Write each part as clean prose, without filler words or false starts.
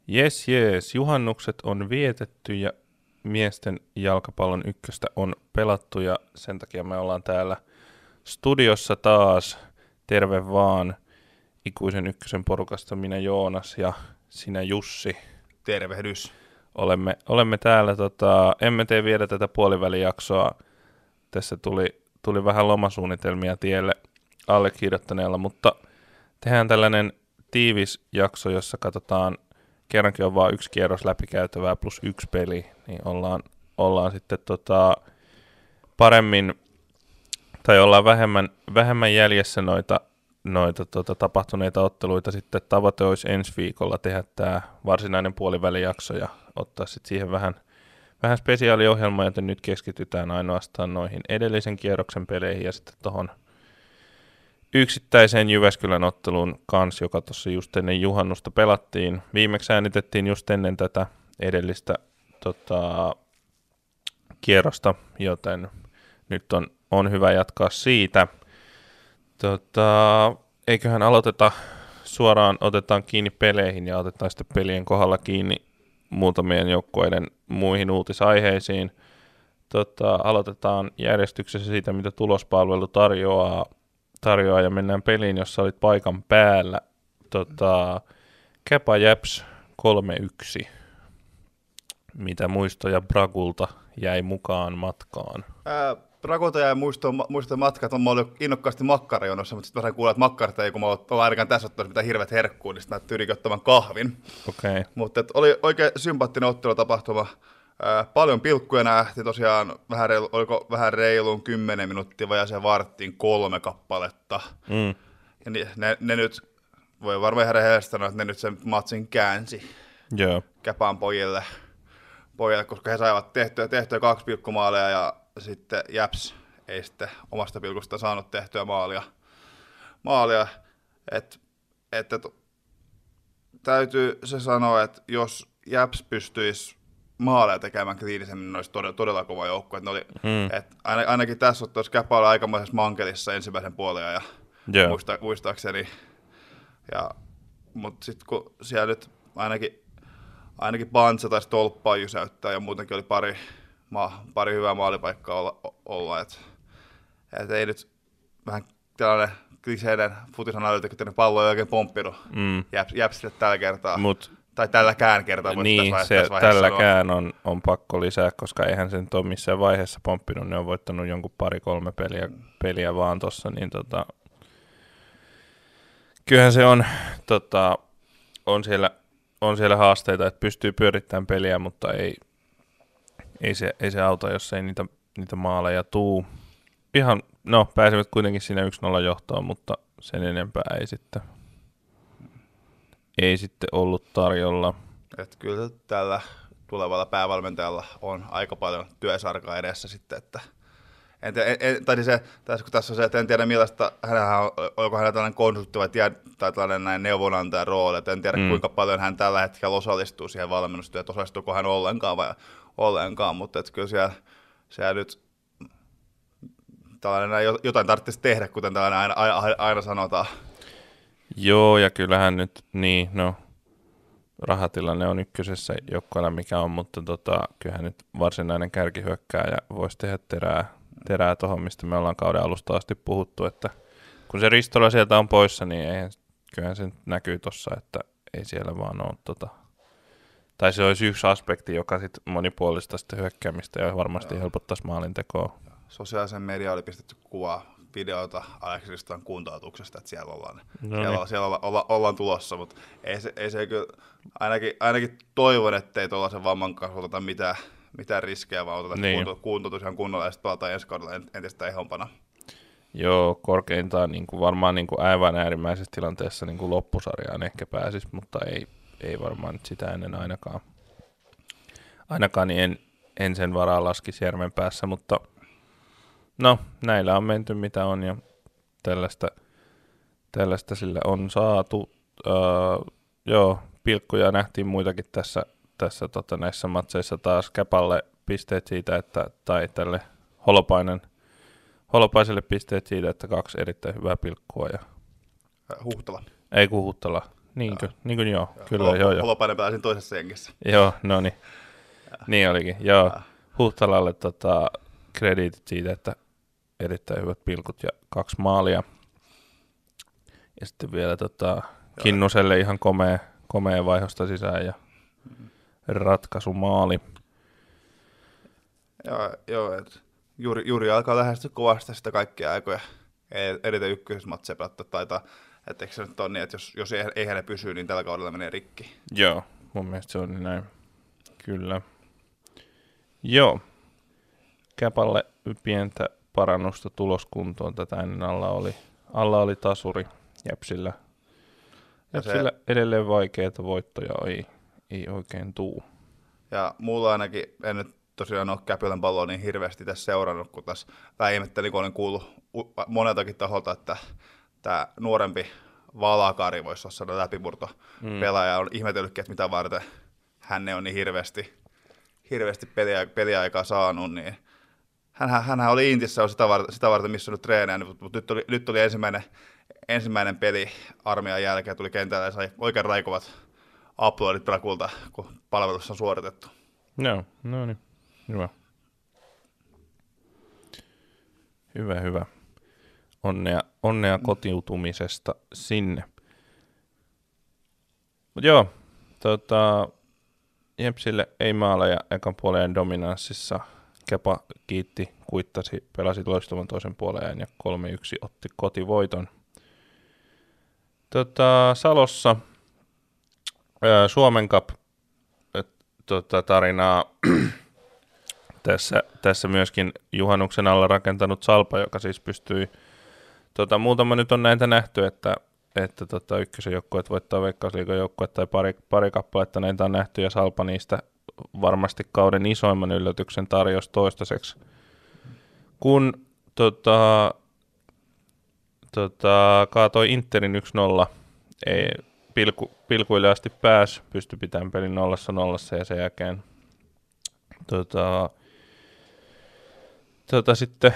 Jes, juhannukset on vietetty ja miesten jalkapallon ykköstä on pelattu ja sen takia me ollaan täällä studiossa taas. Terve vaan ikuisen ykkösen porukasta, minä Joonas ja sinä Jussi. Tervehdys. Olemme täällä, emme tee vielä tätä puolivälijaksoa. Tässä tuli vähän lomasuunnitelmia tielle allekirjoittaneella, mutta tehdään tällainen tiivis jakso, jossa katsotaan, kerrankin on vain yksi kierros läpikäytävää plus yksi peli, niin ollaan sitten paremmin, tai ollaan vähemmän jäljessä noita tapahtuneita otteluita. Sitten tavoite olisi ensi viikolla tehdä tämä varsinainen puolivälijakso ja ottaa sitten siihen vähän spesiaaliohjelmaa, joten nyt keskitytään ainoastaan noihin edellisen kierroksen peleihin ja sitten tuohon yksittäiseen Jyväskylän otteluun kanssa, joka tuossa just ennen juhannusta pelattiin. Viimeksi äänitettiin just ennen tätä edellistä kierrosta, joten nyt on hyvä jatkaa siitä. Eiköhän aloiteta suoraan, otetaan kiinni peleihin ja otetaan sitten pelien kohdalla kiinni muutamien joukkueiden muihin uutisaiheisiin. Aloitetaan järjestyksessä siitä, mitä tulospalvelu tarjoaa ja mennään peliin, jossa olit paikan päällä. Kepa Japs 3-1. Mitä muistoja Bragulta jäi mukaan matkaan? Bragulta jäi muistoon matkaa, että mä olin innokkaasti makkarajonossa, mutta sitten vähän kuulee, että makkarat ei, kun mä olen ainakaan tässä ottanut mitään hirveät herkkuu, niin sitten mä tyylikin ottamaan kahvin. Okay. Mutta oli oikein sympaattinen ottelutapahtuma. Paljon pilkkuja nähtiin tosiaan, oliko vähän reiluun 10 minuuttia vajaaseen varttiin 3 kappaletta. Ja ne nyt, voi varmaan ihan rehellisesti sanoa, että ne nyt sen matsin käänsi Käpän pojille, koska he saivat tehtyä 2 pilkkumaaleja ja sitten Japs ei sitten omasta pilkusta saanut tehtyä maalia. Että täytyy se sanoa, että jos Japs pystyisi maaleja tekemään kliinisemmin, niin olisi todella kova joukko. Ainakin tässä otteessa Käpä oli aikamoisessa mankelissa ensimmäisen puolen ja muistaakseni. Mutta sitten kun siellä nyt ainakin Bantsa taisi tolppaa jysäyttää ja muutenkin oli pari hyvää maalipaikkaa olla. Et ei nyt vähän tällainen kliseinen futisanalytikko, että pallo ei oikein pomppinut Jäpsille tällä kertaa. Tai tälläkään kertaa. Niin, tälläkään on pakko lisää, koska eihän se nyt ole missään vaiheessa pomppinut. Ne on voittanut jonkun 2-3 peliä vaan tossa, niin kyllähän se on siellä haasteita, että pystyy pyörittämään peliä, mutta ei se auta, jos ei niitä maaleja tuu. Ihan, pääsivät kuitenkin siinä 1-0 johtoon, mutta sen enempää ei sitten ollut tarjolla. Että kyllä tällä tulevalla päävalmentajalla on aika paljon työsarkaa edessä sitten, että tässä on se, että en tiedä millaista, oliko hänellä tällainen konsultti tai tällainen näin neuvonantajan rooli, että en tiedä kuinka paljon hän tällä hetkellä osallistuu siihen valmennustyöhön, että osallistuuko hän ollenkaan, mutta että kyllä siellä nyt tällainen jotain tarvitsisi tehdä, kuten tällainen aina sanotaan. Joo, ja kyllähän nyt, rahatilanne on ykkösessä joukkueella mikä on, mutta kyllähän nyt varsinainen kärkihyökkääjä voisi tehdä terää tuohon, mistä me ollaan kauden alusta asti puhuttu, että kun se Ristola sieltä on poissa, niin kyllähän se näkyy tuossa, että ei siellä vaan ole tai se olisi yksi aspekti, joka sitten monipuolista sitä hyökkäämistä ja varmasti helpottaisi maalintekoa. Sosiaalisen mediaan oli pistetty videota Aleksi Ristolan kuntoutuksesta, että siellä ollaan tulossa, mutta ei se kyllä, ainakin toivon, ettei tuollaisen vamman kanssa oteta mitään riskejä, vaan otetaan kuntoutus ihan kunnolla ja sitten palataan ensi kaudella entistä ehompana. Joo, korkeintaan varmaan aivan äärimmäisessä tilanteessa loppusarjaan ehkä pääsisi, mutta ei varmaan nyt sitä ennen ainakaan niin en sen varaa laskisi järven päässä, mutta näillä on menty mitä on ja tällaista sille on saatu. Pilkkuja nähtiin muitakin tässä näissä matseissa taas. Käpälle pisteet siitä, tai tälle Holopaiselle pisteet siitä, että 2 erittäin hyvää pilkkua. Ja Huhtala. Ei kun Huhtala. Niinkö? Niinkö joo, kyllä joo. Holopainen pelasin toisessa jengissä. Joo, no niin. Niin olikin, joo. Huhtalalle krediitit siitä, että erittäin hyvät pilkut ja 2 maalia. Ja sitten vielä Kinnuselle ihan komea vaihosta sisään ja ratkaisumaali. Joo, juuri alkaa lähestyä kovasti sitä kaikkia aikoja. Eriten ykkösessä matseja pelata taitaa. Että eikö se nyt ole niin, että jos ei hänen pysy, niin tällä kaudella menee rikki. Joo, mun mielestä se on näin. Kyllä. Joo. Käpalle pientä parannusta tuloskuntoon. Tätä ennen alla oli tasuri Jepsillä. Jepsillä edelleen vaikeita voittoja ei oikein tuu. Ja mulla ainakin, en nyt tosiaan ole Käpylän palloa niin hirveästi tässä seurannut, kun tässä väimettelin, kun olen kuullut moneltakin taholta, että tämä nuorempi Valakari voisi olla sellainen läpimurtopelaaja. On ihmetellytkin, että mitä varten hän ei ole niin hirveästi peliaikaa saanut. Niin hänhän oli Intissä sitä varten, missä on nyt treenejä, mutta nyt tuli ensimmäinen peli armeijan jälkeen, tuli kentälle ja sai oikein raikovat uploadit Brakulta, kun palvelus on suoritettu. No niin, hyvä. Hyvä. Onnea kotiutumisesta sinne. Mut joo, Jepsille ei maaleja ekan puolen dominanssissa. Kepa kiitti, kuittasi, pelasi loistavan toisen puolen ja 3-1 otti kotivoiton. Salossa Suomen Cup tarinaa tässä myöskin juhannuksen alla rakentanut Salpa, joka siis pystyi, muutama nyt on näitä nähty, että ykkösen joukkueet voittaa Veikkausliigan joukkueet tai pari kappaletta näitä on nähty, ja Salpa niistä varmasti kauden isoimman yllätyksen tarjosi toistaiseksi. Kun kaatoi Interin 1-0, pilkuille asti pystyi pitämään pelin 0-0 ja sen jälkeen sitten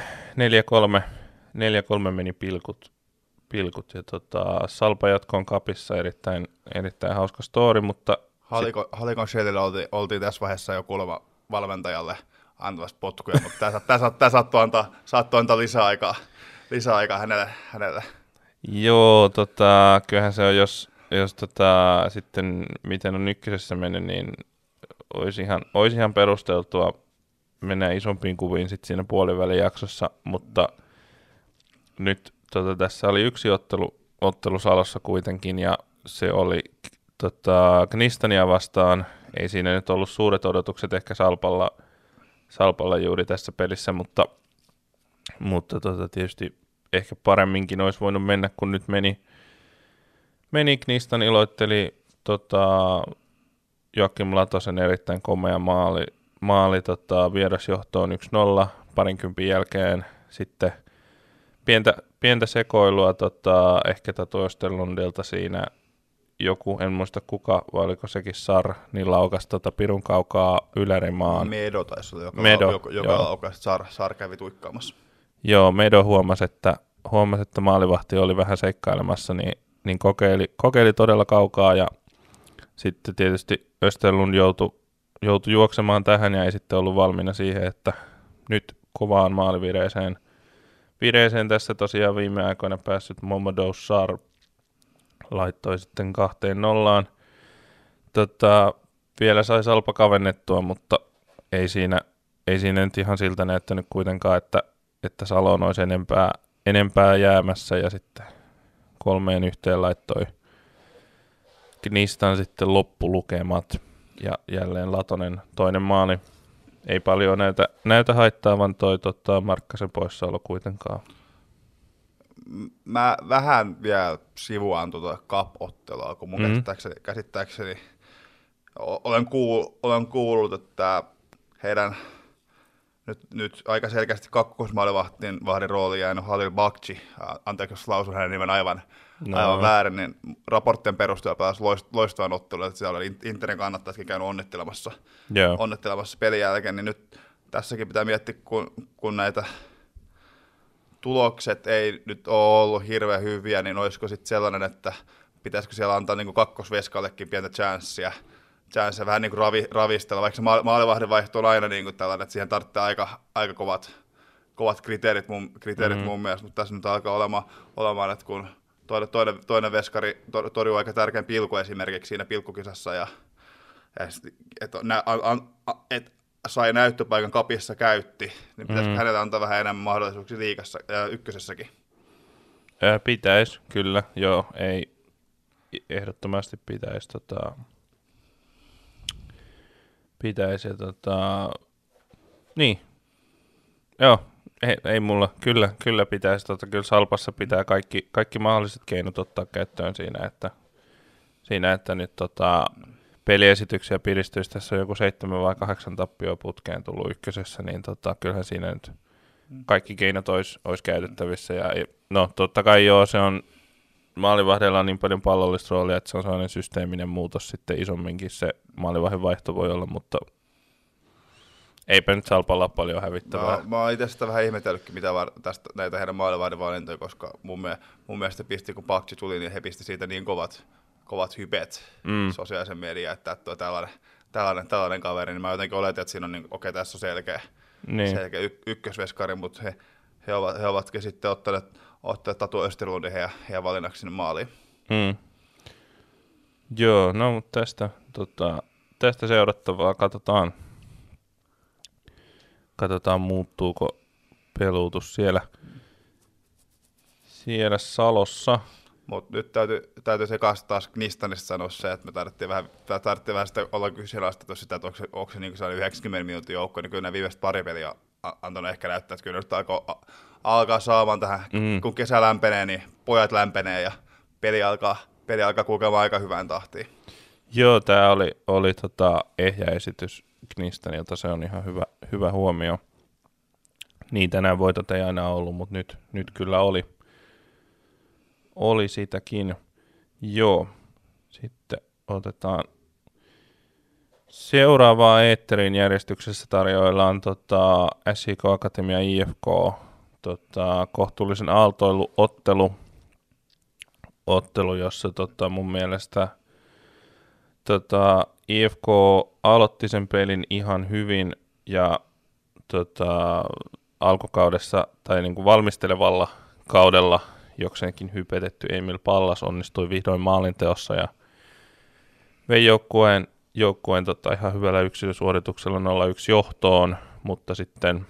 4-3 meni pilkut ja Salpa jatkoon kapissa erittäin hauska story, mutta Halikon Shellillä oltiin tässä vaiheessa jo kuulemma valmentajalle antavassa potkuja, mutta tämä saattoi antaa lisäaikaa hänelle. Joo, kyllähän se on, jos sitten miten on ykkösessä mennyt, niin olisi ihan perusteltua mennä isompiin kuviin sitten siinä puolivälin jaksossa, mutta nyt tässä oli yksi ottelu Salossa kuitenkin, ja se oli Knistania vastaan. Ei siinä nyt ollut suuret odotukset ehkä Salpalla juuri tässä pelissä, mutta tietysti ehkä paremminkin olisi voinut mennä, kun nyt meni Knistan iloitteli Joakim Latosen erittäin komea maali vierasjohtoon 1-0 parinkympin jälkeen. Sitten pientä sekoilua ehkä Österlundilta siinä joku, en muista kuka, vai oliko sekin Sar, niin laukasi pirun kaukaa ylärimaan. Medo taisi olla, joka laukasi, Sar kävi tuikkaamassa. Joo, Medo huomasi, että maalivahti oli vähän seikkailemassa, niin kokeili todella kaukaa, ja sitten tietysti Österlund joutui juoksemaan tähän ja ei sitten ollut valmiina siihen, että nyt kovaan maalivireeseen tässä tosiaan viime aikoina päässyt Momodou Sar laittoi sitten 2-0. Vielä sai Salpa kavennettua, mutta ei siinä nyt ihan siltä näyttänyt kuitenkaan, että Saloon olisi enempää jäämässä, ja sitten 3-1 laittoi Knistan sitten loppulukemat, ja jälleen Latonen toinen maali. Ei paljon näytä haittaavan toi Markkasen poissaolo kuitenkaan. Mä vähän vielä sivuan Cup-ottelua, kun mun käsittääkseni olen kuullut, että heidän nyt aika selkeästi kakkosmaalivahdin rooliin jäänyt Halil Bakci, anteeksi jos lausun hänen nimen aivan väärin, niin raporttien perusteella pääsi loistavan ottelun, että siellä oli Interin kannattaisikin käynyt onnittelemassa pelin jälkeen, niin nyt tässäkin pitää miettiä, kun näitä tulokset ei nyt ole ollut hirveän hyviä, niin olisiko sitten sellainen, että pitäisikö siellä antaa niin kuin kakkosveskallekin pientä chanssia vähän niin kuin ravistella, vaikka se maalivahdin vaihto on aina niin kuin tällainen, että siihen tarvitsee aika kovat kriteerit mun mielestä, mutta tässä nyt alkaa olemaan että kun toinen veskari torjuu aika tärkeän pilku esimerkiksi siinä pilkkukisassa, ja että sai näyttöpaikan kapissa käytti, niin pitäisikö hänelle antaa vähän enemmän mahdollisuuksia liigassa ykkösessäkin? Pitäisi, kyllä, joo, ei ehdottomasti pitäisi, pitäisi, niin, joo, ei mulla, kyllä pitäisi, kyllä Salpassa pitää kaikki mahdolliset keinot ottaa käyttöön siinä, että nyt peliesityksiä piristyisi, tässä on joku 7 vai 8 tappioa putkeen tullut ykkösessä, niin kyllähän siinä nyt kaikki keinot olisi käytettävissä, ja no totta kai joo, se on, maalivahdella on niin paljon pallollista roolia, että se on sellainen systeeminen muutos sitten isomminkin, se maalivahdin vaihto voi olla, mutta eipä nyt Salpalla paljon hävittävää. Mä oon itse sitä vähän ihmetellytkin, mitä tästä näitä heidän maalivahdin valintoja, koska mun mielestä kun Paksi tuli, niin he pisti siitä niin kovat hypet sosiaalisen median, että tällainen kaveri, niin mä jotenkin oletin, että siinä on niin, okei, tässä on selkeä ykkösveskari, mutta he ovatkin sitten ottaneet Tatu Österlundin heidän valinnaksi sinne maaliin. Joo, no mutta tästä seurattavaa katsotaan muuttuuko peluutus siellä Salossa. Mutta nyt täytyy se kanssa taas Knistanista sanoa se, että me tarvittiin vähän sitä olla kyseenalaistettu sitä, että onko se niin 90 minuutin joukko, niin kyllä nämä viimeiset pari peliä antanut ehkä näyttää, että kyllä nyt alkaa saamaan tähän, kun kesä lämpenee, niin pojat lämpenee ja peli alkaa kulkemaan aika hyvään tahtiin. Joo, tämä oli ehjä esitys Knistanilta, se on ihan hyvä huomio. Niin, tänään voitot ei aina ollut, mutta nyt kyllä oli sitäkin. Joo, sitten otetaan seuraavaa eetterin järjestyksessä tarjoillaan SJK Akatemia IFK kohtuullisen aaltoiluottelu, jossa mun mielestä IFK aloitti sen pelin ihan hyvin ja alkukaudessa tai niin kuin valmistelevalla kaudella jokseenkin hypetetty Emil Pallas onnistui vihdoin maalinteossa ja vei joukkueen ihan hyvällä yksilösuorituksella 0-1 johtoon, mutta sitten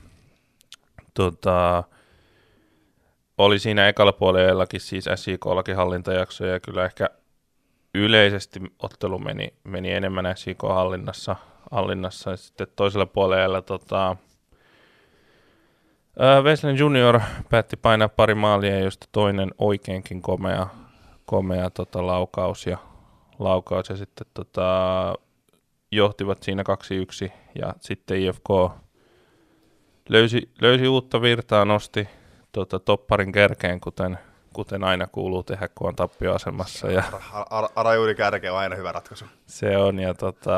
oli siinä ekalla puolellakin siis SJK:llakin hallintajaksoja ja kyllä ehkä yleisesti ottelu meni enemmän SJK-hallinnassa ja sitten toisella puolella Wesley Junior päätti painaa pari maalia, josta toinen oikeinkin komea laukaus ja sitten johtivat siinä 2-1 ja sitten IFK löysi uutta virtaa, nosti topparin kärkeen, kuten aina kuuluu tehdä, kun on tappioasemassa. Ja Arajuuri kärke on aina hyvä ratkaisu. Se on, ja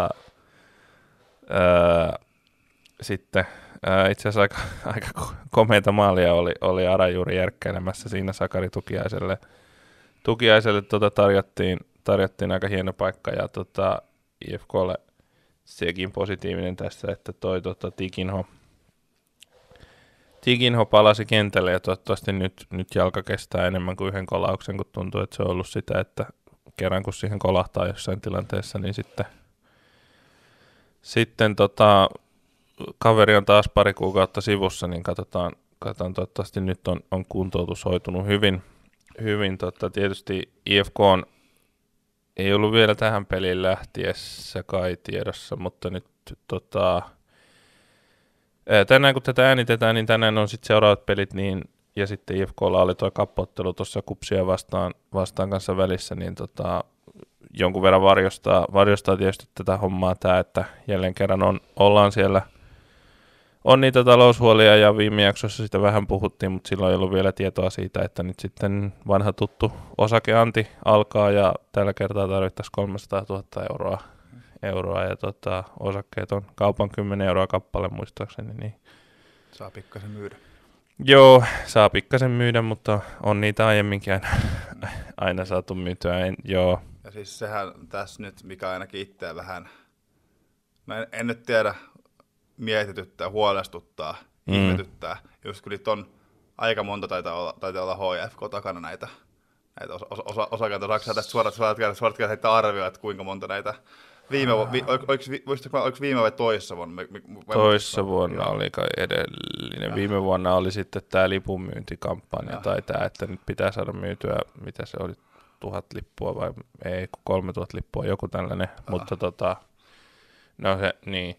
sitten itse asiassa aika komeita maalia oli Arajuuri järkkäilemässä siinä Sakari Tukiaiselle tarjottiin aika hieno paikka, ja IFKlle sekin positiivinen tässä, että toi Tiginho palasi kentälle ja toivottavasti nyt jalka kestää enemmän kuin yhden kolauksen, kun tuntuu, että se on ollut sitä, että kerran kun siihen kolahtaa jossain tilanteessa, niin sitten kaveri on taas pari kuukautta sivussa, niin katsotaan toivottavasti nyt on kuntoutus hoitunut hyvin. Tietysti IFK ei ollut vielä tähän peliin lähtiessä kai tiedossa, mutta nyt tänään kun tätä äänitetään, niin tänään on sitten seuraavat pelit, niin, ja sitten IFK:lla oli tuo kappoottelu tuossa Kupsia vastaan kanssa välissä, niin jonkun verran varjostaa tietysti tätä hommaa tämä, että jälleen kerran ollaan siellä, on niitä taloushuolia, ja viime jaksossa sitä vähän puhuttiin, mutta silloin ei ollut vielä tietoa siitä, että nyt sitten vanha tuttu osakeanti alkaa, ja tällä kertaa tarvittaisiin 300 000 euroa ja osakkeet on kaupan 10 euroa kappale muistaakseni. Niin saa pikkasen myydä. Joo, saa pikkasen myydä, mutta on niitä aiemminkin aina saatu myytyä. Joo. Ja siis sehän tässä nyt, mikä ainakin itseä vähän, mä en nyt tiedä, mietityttää, huolestuttaa, ihmetyttää, just kun niitä on aika monta taitaa olla HFK takana näitä osakkeita. Saatko tästä suorat heittää arvioa, että kuinka monta näitä oliko viime vai toissa vuonna? Toissa vuonna oli kai edellinen. Viime vuonna oli sitten tämä lipunmyyntikampanja tai tämä, että nyt pitää saada myytyä, mitä se oli, 1000 lippua vai ei, 3000 lippua, joku tällainen. Mutta no se, niin.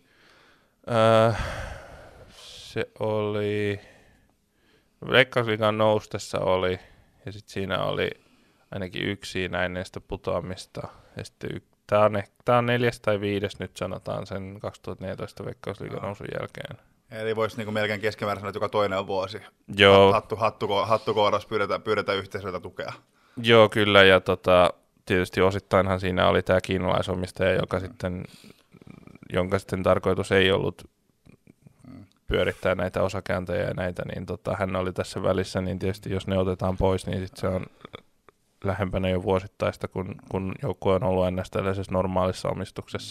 Se oli, Veikkausliigan noustessa oli, ja sitten siinä oli ainakin yksi näinneistä putoamista, ja sitten tämä on 4. tai 5. nyt sanotaan sen 2014 Veikkausliigan nousun jälkeen. Eli voisi niinku melkein keskimäärin sanoa, että joka toinen vuosi. Joo. Hattukohdassa pyydetään yhteisöltä tukea. Joo, kyllä, ja tietysti osittainhan siinä oli tämä kiinalaisomistaja, jonka sitten tarkoitus ei ollut pyörittää näitä osakeantajia ja näitä, niin hän oli tässä välissä, niin tietysti jos ne otetaan pois, niin sitten se on lähempänä jo vuosittaista, kun joukkue on ollut ennäs tällaisessa normaalissa omistuksessa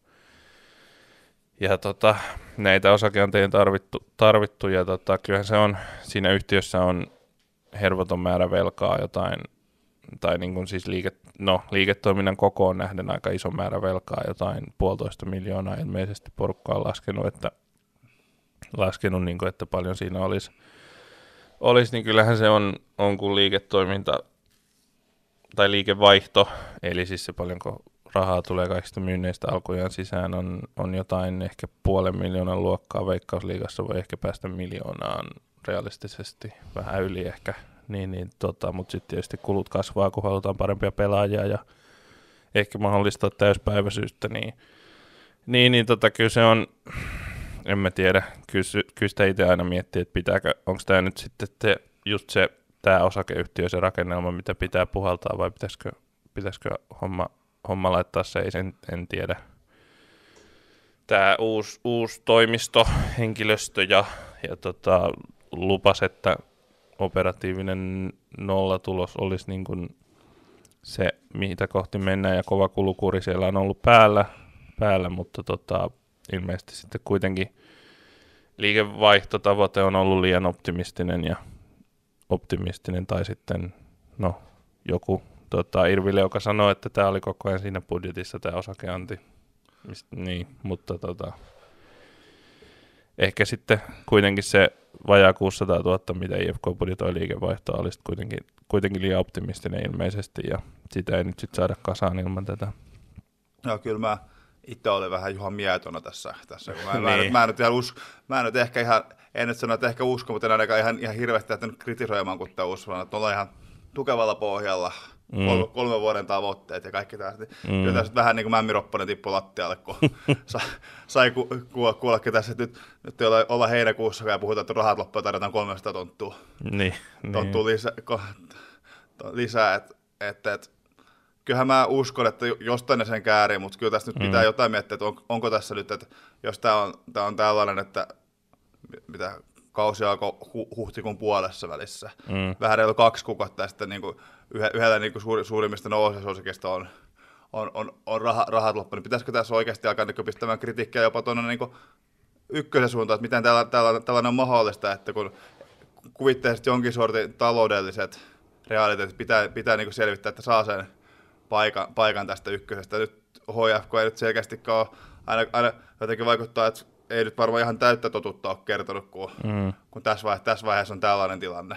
ja näitä osakeantajia tarvittu ja kyllähän se on, siinä yhtiössä on hervoton määrä velkaa jotain, tai niin kuin siis liiketoiminnan kokoon nähden aika iso määrä velkaa, jotain 1,5 miljoonaa ilmeisesti porukka on laskenut niin kuin, että paljon siinä olisi, niin kyllähän se on kun liiketoiminta tai liikevaihto, eli siis se paljonko rahaa tulee kaikista myynneistä alkujaan sisään, on jotain ehkä 500,000 luokkaa. Veikkausliigassa voi ehkä päästä 1 miljoonaan realistisesti, vähän yli ehkä, mutta sitten tietysti kulut kasvaa, kun halutaan parempia pelaajia ja ehkä mahdollistaa täyspäiväisyyttä, niin kyllä se on, en mä tiedä, kyllä sitä itse aina miettii, että onko tämä nyt sitten just tämä osakeyhtiö, se rakennelma, mitä pitää puhaltaa, vai pitäisikö homma laittaa seisen, en tiedä. Tämä uusi toimistohenkilöstö ja lupas, että operatiivinen nollatulos olisi niin kuin se, mitä kohti mennään, ja kova kulukuri siellä on ollut päällä mutta ilmeisesti sitten kuitenkin liikevaihtotavoite on ollut liian optimistinen tai sitten joku Irville, joka sanoi, että tämä oli koko ajan siinä budjetissa tämä osakeanti. Niin, mutta ehkä sitten kuitenkin se vajaa 600 000, mitä IFK budjetoi liikevaihtoa, olisi kuitenkin liian optimistinen ilmeisesti, ja sitä ei nyt sitten saada kasaan ilman tätä. No kyllä mä itse olin vähän Juha Mietona tässä kun Niin. mä en nyt ehkä ihan, en nyt sano, että ehkä usko, mutta en ainakaan ihan hirveästi lähtenyt kritisoimaan, kun uskon, että ollaan ihan tukevalla pohjalla, 3 vuoden tavoitteet ja kaikki tästä. Kyllä tässä vähän niin kuin Mämmi Ropponen tippui lattialle, kun sai kuullakin tässä, että nyt ollaan heinäkuussa ja puhutaan, että rahat loppuun tarjotaan 300 tonttua. Tonttua lisää, että kyllähän mä uskon, että jostain ne sen käärii, mutta kyllä tässä nyt pitää jotain miettiä, että onko tässä nyt, että jos tämä on tällainen, että mitä kausi alkoi huhtikuun puolessa välissä, vähän reilu 2 kuukautta, ja sitten niin kuin yhdellä niin kuin suurimmista noususuosikeista on rahat loppu, niin pitäisikö tässä oikeasti alkaa niin pistämään kritiikkiä jopa tuonne niin ykkösen suuntaan, että miten tällainen on mahdollista, että kun kuvitteellisesti jonkin sortin taloudelliset realiteetit pitää niin kuin selvittää, että saa sen paikan tästä ykkösestä. Nyt HFK ei nyt selkeästikään ole, aina jotenkin vaikuttaa, että ei nyt varmaan ihan täyttä totuutta ole kertonut, kun tässä vaiheessa on tällainen tilanne.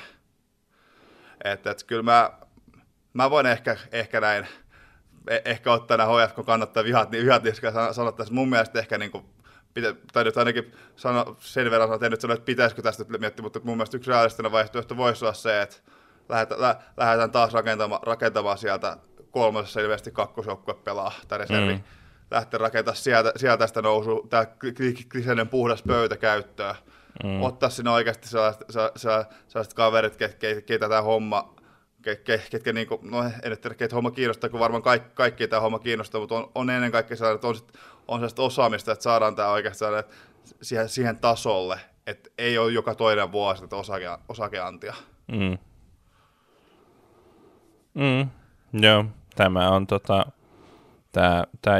Että kyllä mä voin ehkä näin, ehkä ottaa nämä HFK kannattaa vihat niskaan ja sanoa tässä. Mun mielestä ehkä niin kuin, tai nyt ainakin sen verran että en nyt sano, että pitäisikö tästä miettiä, mutta mun mielestä yksi realistinen vaihtoehto voisi olla se, että lähdetään taas rakentamaan sieltä 3. ilmeisesti 2. joukkue pelaa tai reservi. Lähteä rakentamaan sieltä sitä nousua, tämä kliseinen puhdas pöytä käyttöön. Ottaa sinne oikeasti sellaiset kaverit, keitä tämä homma, ketkä niinku, no en nyt tiedä, keitä homma kiinnostaa, kun varmaan kaikki tämä homma kiinnostaa, mutta on ennen kaikkea sellainen, että on sellaista osaamista, että saadaan tämä oikeasti siihen tasolle, et ei ole joka toinen vuosi tätä osakeantia. Joo, tämä on tää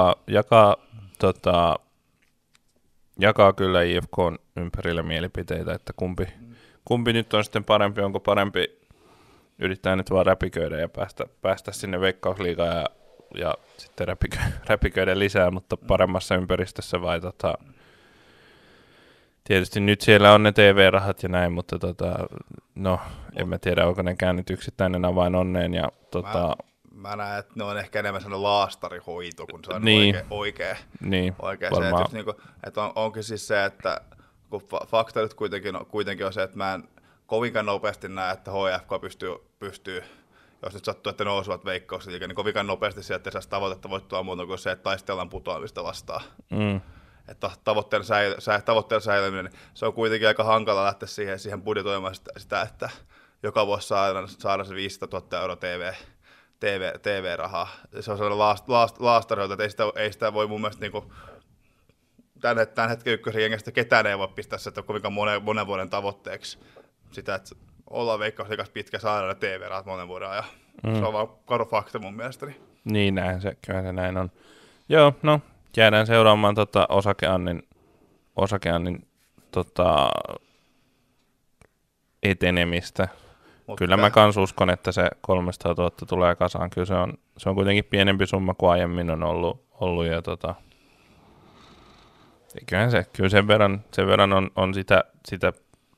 jakaa kyllä IFK:n ympärillä mielipiteitä, että kumpi nyt on sitten parempi, onko parempi yrittää nyt vaan räpiköidä ja päästä sinne Veikkausliigaan ja sitten räpiköidä lisää, mutta paremmassa ympäristössä vai tietysti nyt siellä on ne TV-rahat ja näin, mutta en mä tiedä, onko ne käynyt yksittäinen avain onneen ja Mä näen, että ne on ehkä enemmän sellainen laastarihoito, kun se on oikea varmaan. se, että onkin siis se, että kun fakta nyt kuitenkin on se, että mä en kovinkaan nopeasti näe, että HFK pystyy jos nyt sattuu, että nousuvat Veikkausliigaan, niin kovinkaan nopeasti sieltä ei saisi tavoitetta voittoa muuta kuin se, että taistellaan putoamista vastaan. Että tavoitteen säilyminen, se on kuitenkin aika hankala lähteä siihen budjetoimaan sitä, että joka vuosi saada se 500 000 euroa TV-rahaa. Se on sellainen laastarihoito, että ei sitä voi mun mielestä niinku, tämän hetken ykkösen jengistä ketään ei voi pistää sitä kovinkaan monen vuoden tavoitteeksi sitä, että ollaan Veikkausliigassa pitkä saada ne TV-rahat monen vuoden ajan. Se on vaan karu fakta mun mielestäni. Niin, kyllä se näin on. Joo, no, jäädään seuraamaan osakeannin etenemistä. Mutta kyllä mä kans uskon, että se 300 000 tulee kasaan. Kyllä se on kuitenkin pienempi summa kuin aiemmin on ollut ja kyllä sen verran on sitä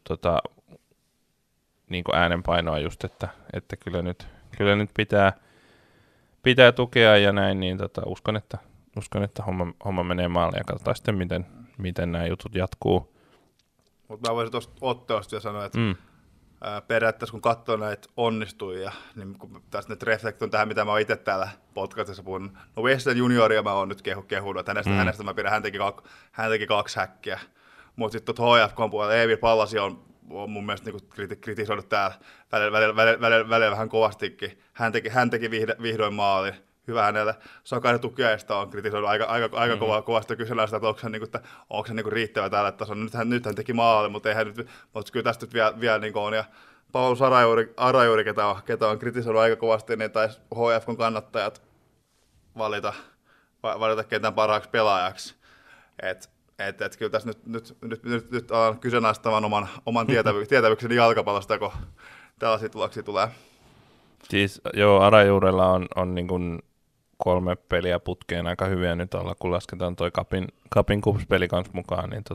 niin kuin äänenpainoa just, että kyllä nyt pitää tukea ja näin, niin uskon, että homma menee maaliin ja katsotaan sitten, miten nämä jutut jatkuu. Mutta mä voisin tuosta otteosta vielä sanoa, että periaatteessa kun katsoo näitä onnistujia, niin kun tässä nyt reflektoin tähän, mitä mä oon itse täällä podcastissa puhunut. No Wesley junioria mä oon nyt kehunut, että hänestä mä pidän, hän teki 2 häkkiä. Mutta sitten HFK:n puolella Eevi Pallasi on mun mielestä niin kritisoinut täällä välillä vähän kovastikin. Hän teki vihdoin maalin. Hyvä hänelle. Sakainen Tukiaista on kritisoinut aika kovasti kysellään että onko se riittävä tällä tasolla. Nyt hän teki maalin, mutta kyllä tästä nyt vielä niin on. Ja Paulus Arajuuri, ketä on kritisoinut aika kovasti, niin taisi HFK:n kannattajat valita ketään parhaaksi pelaajaksi. Et kyllä tässä nyt alan kyseenalaistamaan oman tietävykseni jalkapallosta, kun tällaisia tuloksia tulee. Siis joo, Arajuurella on niin kuin 3 peliä putkeen aika hyviä nyt olla, kun lasketaan toi Cupin Cups-peli kanssa mukaan, niin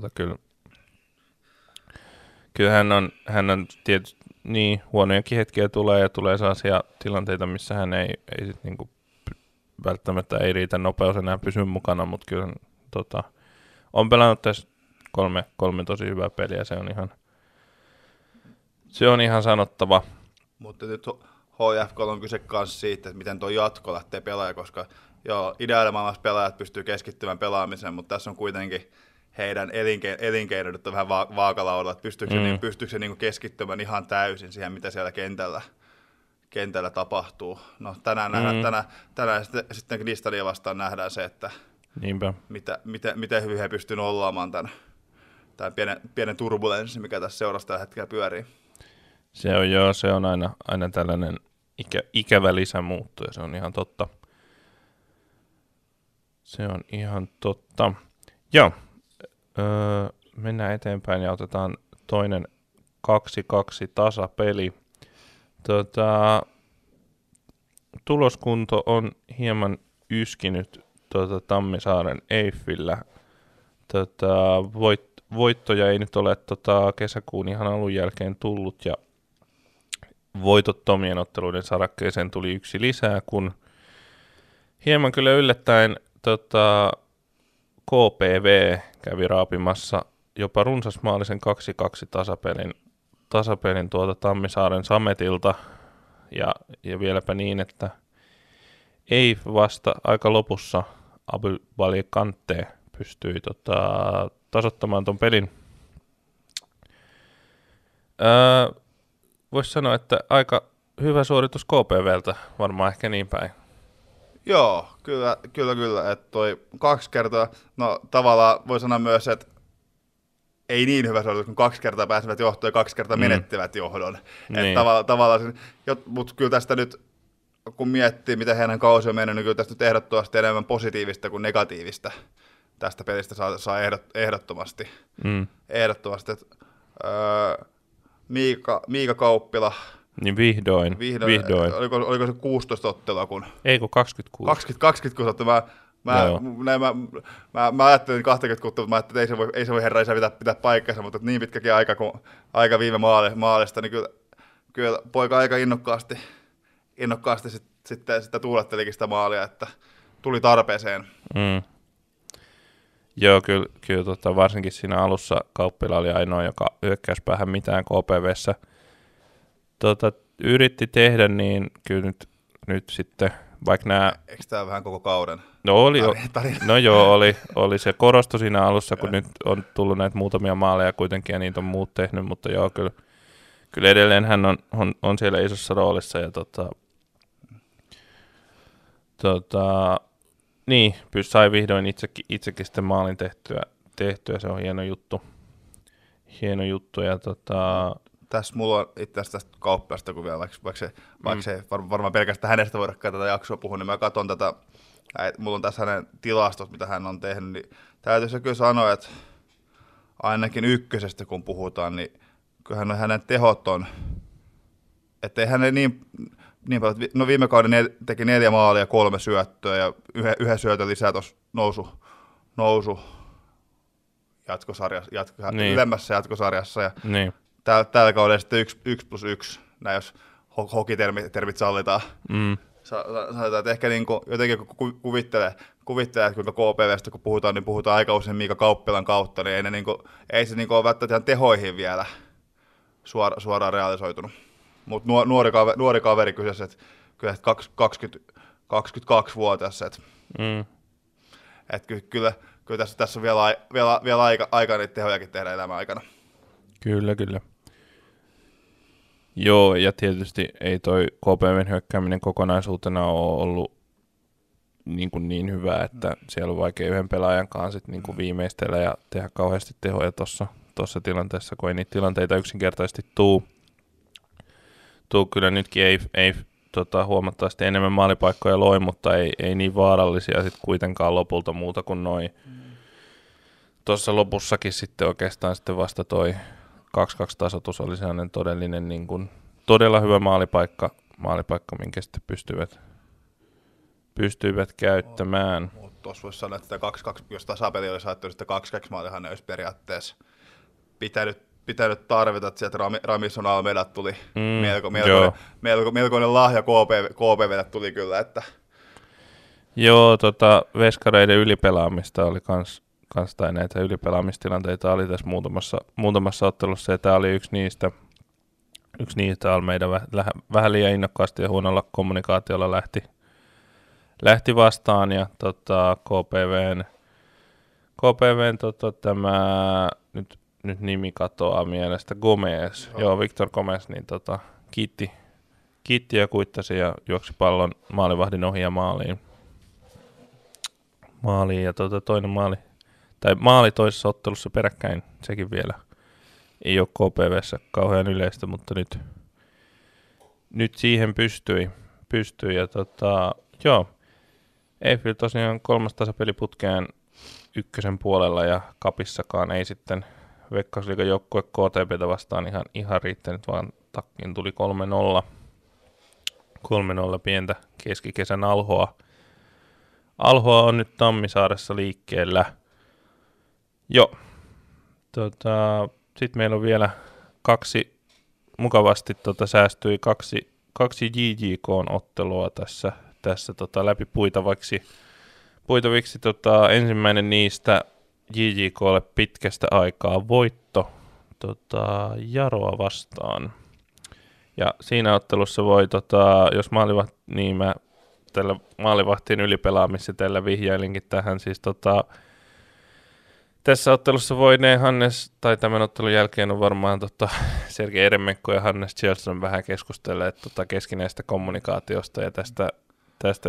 kyllä hän on tietysti niin huonojakin hetkiä tulee ja tulee sellaisia tilanteita, missä hän ei sit niinku välttämättä ei riitä nopeus enää pysyä mukana, mutta kyllä on pelannut tässä 3 tosi hyvää peliä, se on ihan sanottava. Mutta nyt HFK on kyse myös siitä, että miten tuo jatko lähtee pelaamaan, koska joo, ideaalimaailmassa pelaajat pystyy keskittymään pelaamiseen, mutta tässä on kuitenkin heidän elinkeino nyt on vähän vaakalaudalla, että pystyykö se niin keskittymään ihan täysin siihen, mitä siellä kentällä tapahtuu. No tänään sitten Kristania vastaan nähdään se, että miten hyvin he pystyvät nollaamaan tämän pienen turbulenssin, mikä tässä seurassa tällä hetkellä pyörii. Se on aina tällainen ikävä lisämuutto, ja se on ihan totta. Joo, mennään eteenpäin ja otetaan toinen 2-2 tasapeli. Tuloskunto on hieman yskinyt Tammisaaren Eiffillä. Voittoja ei nyt ole kesäkuun ihan alun jälkeen tullut, ja voitottomien otteluiden sarakkeeseen tuli 1 lisää, kun hieman kyllä yllättäen KPV kävi raapimassa jopa runsasmaalisen 2-2 tasapelin Tammisaaren Sametilta, ja vieläpä niin, että ei vasta aika lopussa Abubali Kante pystyi tasoittamaan ton pelin. Voisi sanoa, että aika hyvä suoritus KPVltä, varmaan ehkä niin päin. Joo, kyllä, että toi 2 kertaa, no tavallaan voi sanoa myös, että ei niin hyvä suoritus, kun 2 kertaa pääsevät johtoon ja 2 kertaa menettivät johdon. Niin. Tavallaan, mutta kyllä tästä nyt, kun miettii, miten heidän kausi on mennyt, niin kyllä tästä nyt ehdottomasti enemmän positiivista kuin negatiivista tästä pelistä saa ehdottomasti. Ehdottomasti. Miika Kauppila. Niin vihdoin. Oliko se 16 ottelua? Ei kun 26. 26 ottelua. Mä ajattelin 20 mutta mä ajattelin, että ei se voi herra isä pitää paikkansa, mutta niin pitkäkin aika viime maalista, niin kyllä poika aika innokkaasti sitten sitä tuulettelikin sitä maalia, että tuli tarpeeseen. Joo, kyllä varsinkin siinä alussa Kauppila oli ainoa, joka hyökkäyspäähän mitään KPV:ssä yritti tehdä, niin kyllä nyt sitten, vaikka nämä... Eikö tämä vähän koko kauden? No oli no joo, oli se korostui siinä alussa, kun nyt on tullut näitä muutamia maaleja kuitenkin, ja niitä on muut tehnyt, mutta joo, kyllä edelleen hän on siellä isossa roolissa, ja niin, sai vihdoin itsekin sitten maalin tehtyä, se on hieno juttu, ja Tässä mulla on itse asiassa tästä Kauppilasta, kun vielä, vaikka se varmaan pelkästään hänestä voidakaan tätä jaksoa puhua, niin mä katson tätä, mulla on tässä hänen tilastot, mitä hän on tehnyt, niin täytyy kyllä sanoa, että ainakin ykkösestä kun puhutaan, niin kyllähän hänen tehot on, ettei hänen niin paljon, no viime kauden teki 4 maalia, 3 syöttöä ja yhden syötön lisää tuossa nousu jatkosarjassa, niin. Ylemmässä jatkosarjassa ja niin. Tällä kaudella sitten 1+1, näin jos hokitermit sallitaan. Sanotaan, että ehkä niin kuin, jotenkin kun kuvittelee, että kuinka KPVstä kun puhutaan, niin puhutaan aika usein Miika Kauppilan kautta, niin ei se niin kuin ole välttämättä ihan tehoihin vielä suoraan realisoitunut. Mutta nuori kaveri kyseessä, että kyllä 22-vuotias, että kyllä tässä on vielä aika niitä tehojakin tehdä elämän aikana. Kyllä. Joo, ja ei toi KPV:n hyökkääminen kokonaisuutena ole ollut niin hyvä, että siellä on vaikea yhden pelaajan kanssa niin viimeistellä ja tehdä kauheasti tehoja tuossa tilanteessa, kun ei niitä tilanteita yksinkertaisesti tuu. Kyllä nytkin ei huomattavasti enemmän maalipaikkoja loi, mutta ei niin vaarallisia sitten kuitenkaan lopulta muuta kuin noin. Tuossa lopussakin sitten oikeastaan sitten vasta toi 2-2 tasoitus oli sellainen todellinen niin kuin, todella hyvä maalipaikka, minkä sitten pystyivät käyttämään. Tuossa voisi sanoa, että 2-2, jos tasapeli olisi saattanut sitten 2-2 maalihan ne olisi periaatteessa pitänyt tarvita, että sieltä Ramison Almeidat tuli melkoinen lahja KPV:lle tuli kyllä. Että. Joo, veskareiden ylipelaamista oli kans tai näitä ylipelaamistilanteita oli tässä muutamassa ottelussa, ja tämä oli yksi niistä Almeida vähän liian innokkaasti ja huonolla kommunikaatiolla lähti vastaan, ja KPV:n tämä nyt nimi katoaa mielestä, Gomez, joo, Victor Gomez, niin kiitti ja kuittasi ja juoksi pallon maalivahdin ohi ja maaliin ja toinen maali toisessa ottelussa peräkkäin, sekin vielä ei ole KPV:ssä kauhean yleistä, mutta nyt siihen pystyi ja joo, Eiffel tosiaan 3. tasapeli putkeen ykkösen puolella ja kapissakaan ei sitten Veikkausliigan joukkue KTP:tä vastaan ihan riittänyt, vaan takkiin tuli 3-0 pientä keskikesän alhoa. Alhoa on nyt Tammisaaressa liikkeellä. Joo. Sitten meillä on vielä mukavasti säästyi kaksi JJK-ottelua tässä läpi puitaviksi. Ensimmäinen niistä JJK:lle pitkästä aikaa voitto Jaroa vastaan. Ja siinä ottelussa voi, jos tällä maalivahtien ylipelaamisella vihjailinkin tähän, siis tässä ottelussa voineen Hannes, tai tämän ottelun jälkeen on varmaan Sergei Eremenko ja Hannes Kjellström vähän keskustelleet keskinäistä kommunikaatiosta ja tästä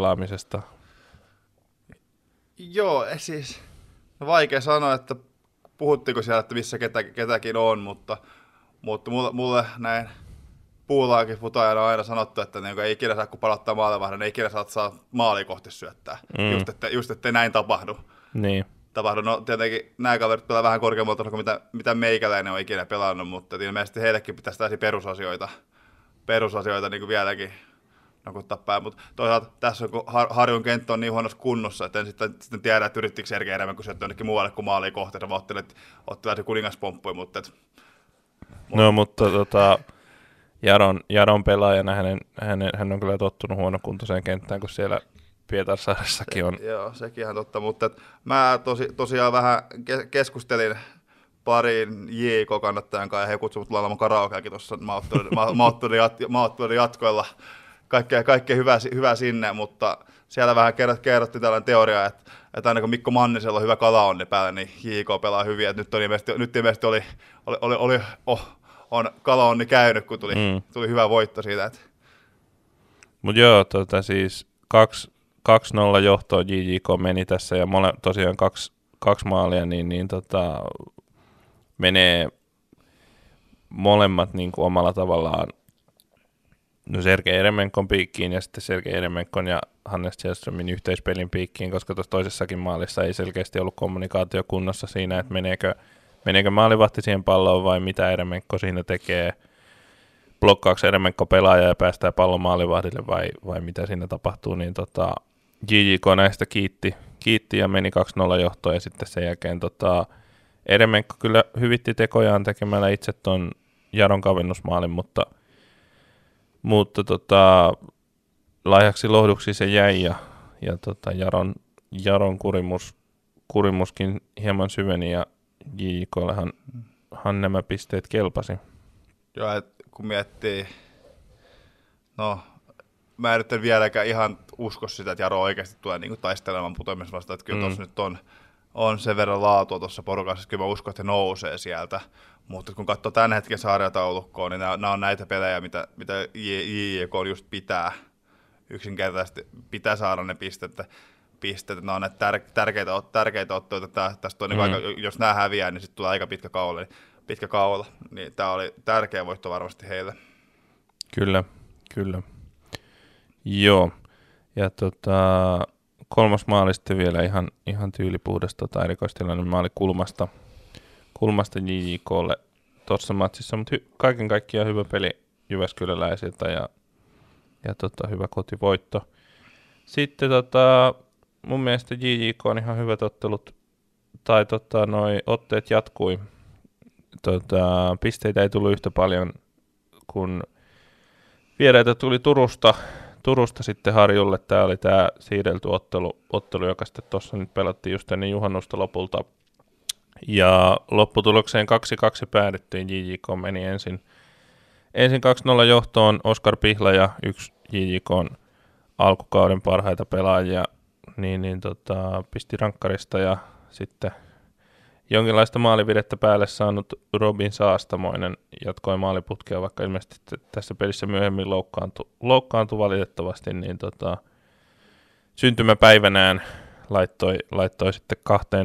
yhteispelaamisesta. Joo, siis vaikea sanoa, että puhuttiinko siellä, että missä ketäkin on, mutta mulle näin puulaakin putajana on aina sanottu, että niin ei ikinä saa, kun palauttaa maalivahdon, ei ikinä saa maalia kohti syöttää, just ettei näin tapahdu. Niin. No tietenkin nämä kaverit pelaa vähän korkeammalla tasolla kuin mitä meikäläinen on ikinä pelannut, mutta ilmeisesti heillekin pitäisi täysin perusasioita niin kuin vieläkin nokuttaa päin, mutta toisaalta tässä on, kun Harjun kenttä on niin huonossa kunnossa, että en sitten tiedä, että yrittikö Sergei enemmän kuin syöttää jonnekin muualle kuin maaliin kohteessa, vaan otti kuningaspomppuja, mutta No, mutta Jaron pelaajana hän on kyllä tottunut huonokuntoiseen kenttään, kun siellä Pietarsaaressakin on. Joo, sekin ihan totta, mutta mä tosiaan vähän keskustelin parin JK-kannattajan kanssa, ja he kutsuvat laulamaan karaokeakin tuossa maaotteluiden jatkoilla. Kaikkea hyvää sinne, mutta siellä vähän kerrottiin tällainen teoria, että aina kun Mikko Mannisella on hyvä kalaonni päällä, niin JK pelaa hyvin. Että nyt ilmeisesti on kalaonni käynyt, kun tuli hyvä voitto siitä. Mutta joo, siis 2-0 johtoon JJK meni tässä, ja tosiaan kaksi maalia, niin menee molemmat niin kuin omalla tavallaan Sergei Eremenkon piikkiin ja sitten Sergei Eremenkon ja Hannes Källströmin yhteispelin piikkiin, koska tuossa toisessakin maalissa ei selkeästi ollut kommunikaatio kunnossa siinä, että meneekö maalivahti siihen palloon vai mitä Eremenko siinä tekee, blokkaako Eremenko pelaaja ja päästää pallon maalivahdille vai mitä siinä tapahtuu, niin JJK näistä kiitti ja meni 2-0 johtoon ja sitten sen jälkeen Eremenko kyllä hyvitti tekojaan tekemällä itse tuon Jaron kavennusmaalin, mutta laihaksi lohduksi se jäi ja Jaron kurimuskin hieman syveni ja JJKllehan nämä pisteet kelpasi. Joo, kun miettii, no mä en nyt vieläkään ihan usko sitä, että Jaro oikeasti tulee niin taistelemaan putoamista vastaan, että kyllä tuossa nyt on sen verran laatua tuossa porukassa, että kyllä mä uskon, että he nousee sieltä. Mutta kun katsoo tämän hetken sarjataulukkoa, niin nämä on näitä pelejä, mitä JJK just yksinkertaisesti pitää saada ne pisteet. Nämä on näitä tärkeitä otteita. Tästä on, niin jos nämä häviää, niin sitten tulee aika pitkä kaula. Niin tämä oli tärkeä voitto varmasti heille. Kyllä. Joo. Ja kolmas maali sitten vielä ihan tyylipuhdas erikoistilainen maali kulmasta JJKlle tuossa matsissa, mutta kaiken kaikkiaan hyvä peli Jyväskyläläisiltä ja hyvä kotivoitto. Sitten mun mielestä JJK on ihan hyvät ottelut, tai noi otteet jatkui. Pisteitä ei tullut yhtä paljon, kun vieraita tuli Turusta sitten Harjulle. Tämä oli tämä siirrelty ottelu, joka sitten tuossa nyt pelattiin just ennen juhannusta lopulta. Ja lopputulokseen 2-2 päädyttiin. JJK meni ensin 2-0 johtoon. Oskar Pihla ja yksi JJK:n alkukauden parhaita pelaajia pisti rankkarista ja sitten jonkinlaista maalividettä päälle saanut Robin Saastamoinen jatkoi maaliputkea, vaikka ilmeisesti tässä pelissä myöhemmin loukkaantui valitettavasti, niin syntymäpäivänään laittoi sitten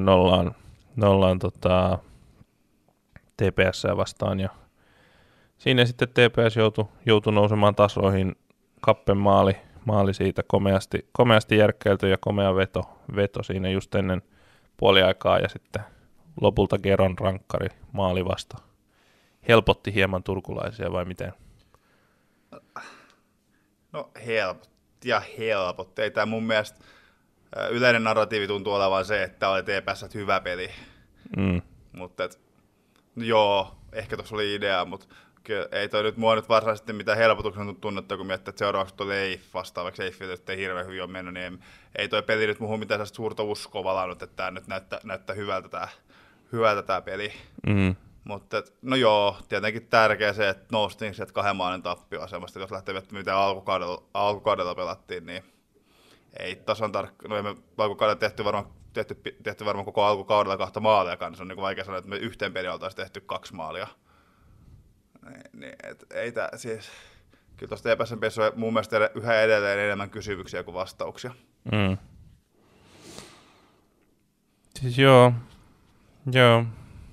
2-0 TPS:ää vastaan ja siinä sitten TPS joutui nousemaan tasoihin. Kappen maali siitä komeasti järkkäilty ja komea veto siinä just ennen puoliaikaa ja sitten lopulta Geron rankkari maali vasta. Helpotti hieman turkulaisia vai miten? No helpotti. Ei tämä mun mielestä yleinen narratiivi tuntuu olevan se, että oli TPS hyvä peli. Mutta joo, ehkä tuossa oli idea, mutta ei toi nyt mua nyt varsinaisesti mitään helpotuksen tunnetta, kun miettii, että seuraavaksi tuo Leif vastaavaksi Leifiltä, että ei hirveän hyvin ole mennyt, niin ei toi peli nyt muuhun mitään suurta uskoa valannut, että tämä nyt näyttää hyvältä tämä peli. Mutta no joo, tietenkin tärkeä se, että noustiin sieltä 2 maalin tappioasemasta, jos lähtee miettimään, mitä alkukaudella pelattiin, niin ei tasan no emme alkukaudella tehty varmaan koko alkukaudella 2 maalia kanssa, se on niin vaikea sanoa, että me yhteen peliin oltaisiin tehty 2 maalia. Niin, ei tää, siis, kyllä tuosta TPS:n on mun mielestä yhä edelleen enemmän kysymyksiä kuin vastauksia. Siis joo.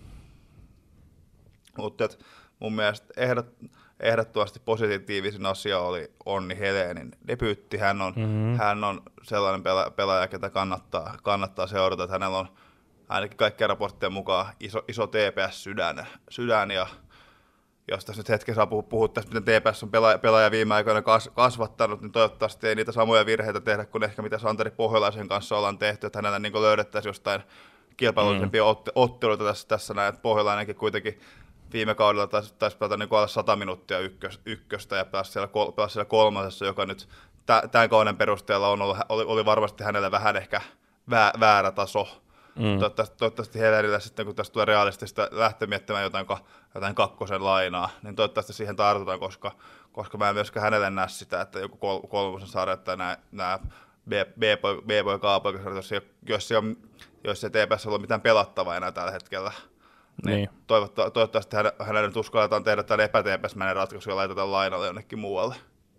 Mutta mun mielestä ehdottomasti positiivisin asia oli Onni Helenin debyytti. Hän on sellainen pelaaja, ketä kannattaa seurata, että hänellä on ainakin kaikkien raporttien mukaan iso TPS-sydän ja jos tässä nyt hetken saa puhua tästä, miten TPS on pelaaja viime aikoina kasvattanut, niin toivottavasti ei niitä samoja virheitä tehdä kuin ehkä mitä Santeri Pohjolaisen kanssa ollaan tehty, että hänellä niin löydettäisiin jostain kilpailullisempia otteluita tässä näin, että Pohjolainenkin kuitenkin viime kaudella taisi pelata niin alle 100 minuuttia ykköstä ja pelasi siellä kolmasessa, joka nyt tämän kauden perusteella oli varmasti hänelle vähän ehkä väärä taso. Toivottavasti Helenillä sitten, kun tästä tulee realistista lähteä miettimään jotain kakkosen lainaa, niin toivottavasti siihen tartutaan, koska mä en myöskään hänelle näe sitä, että joku kolmosen sarja tai nämä B-boy, K-boy, jos ei TPS ole mitään pelattavaa enää tällä hetkellä, niin. Toivottavasti hänelle nyt uskalletaan tehdä tämän epä-TPS-mäinen ratkaisu ja laitetaan lainalle jonnekin muualle.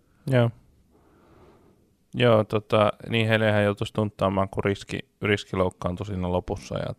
Joo, niin Helehän joutuisi tunttaamaan, kun riski loukkaantui siinä lopussa. Ja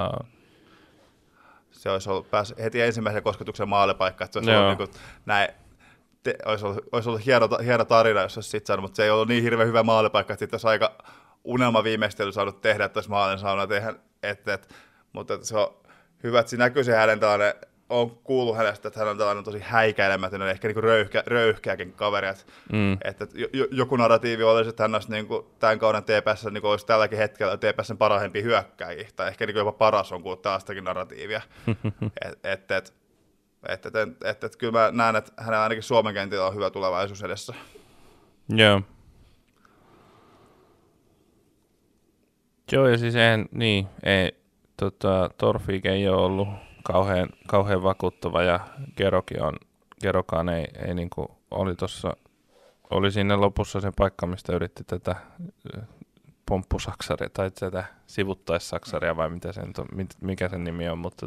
se olisi ollut heti ensimmäisen kosketuksen maalipaikka, että se olisi ollut niin kuin, näin, olisi ollut hieno tarina, jos olisi sitten saanut, mutta se ei ollut niin hirveän hyvä maalipaikka, että sitten olisi aika unelma viimeistely saanut tehdä, että olisi maalin saanut tehdä, mutta se on hyvä, että siinä näkyy se hänen tällainen, on kuullut hänestä, että hän on tällainen tosi häikäilemätön, ehkä niin röyhkeäkin kaveri. Että joku narratiivi olisi, että hän olisi niin kuin, tämän kauden TPS niin olisi tälläkin hetkellä TPS:n parhaimpia hyökkääjiä, tai ehkä niin jopa paras on kuullut tällaistakin narratiivia. Että kyllä mä näen, että hänellä ainakin Suomen kentillä on hyvä tulevaisuus edessä. Joo. Joo, ja siis Torfik ei ole ollut kauhean vakuuttava ja Gerokaan ei niinku oli siinä lopussa se paikka, mistä yritti tätä pomppusaksaria tai tätä sivuttaissaksaria vai mikä sen nimi on, mutta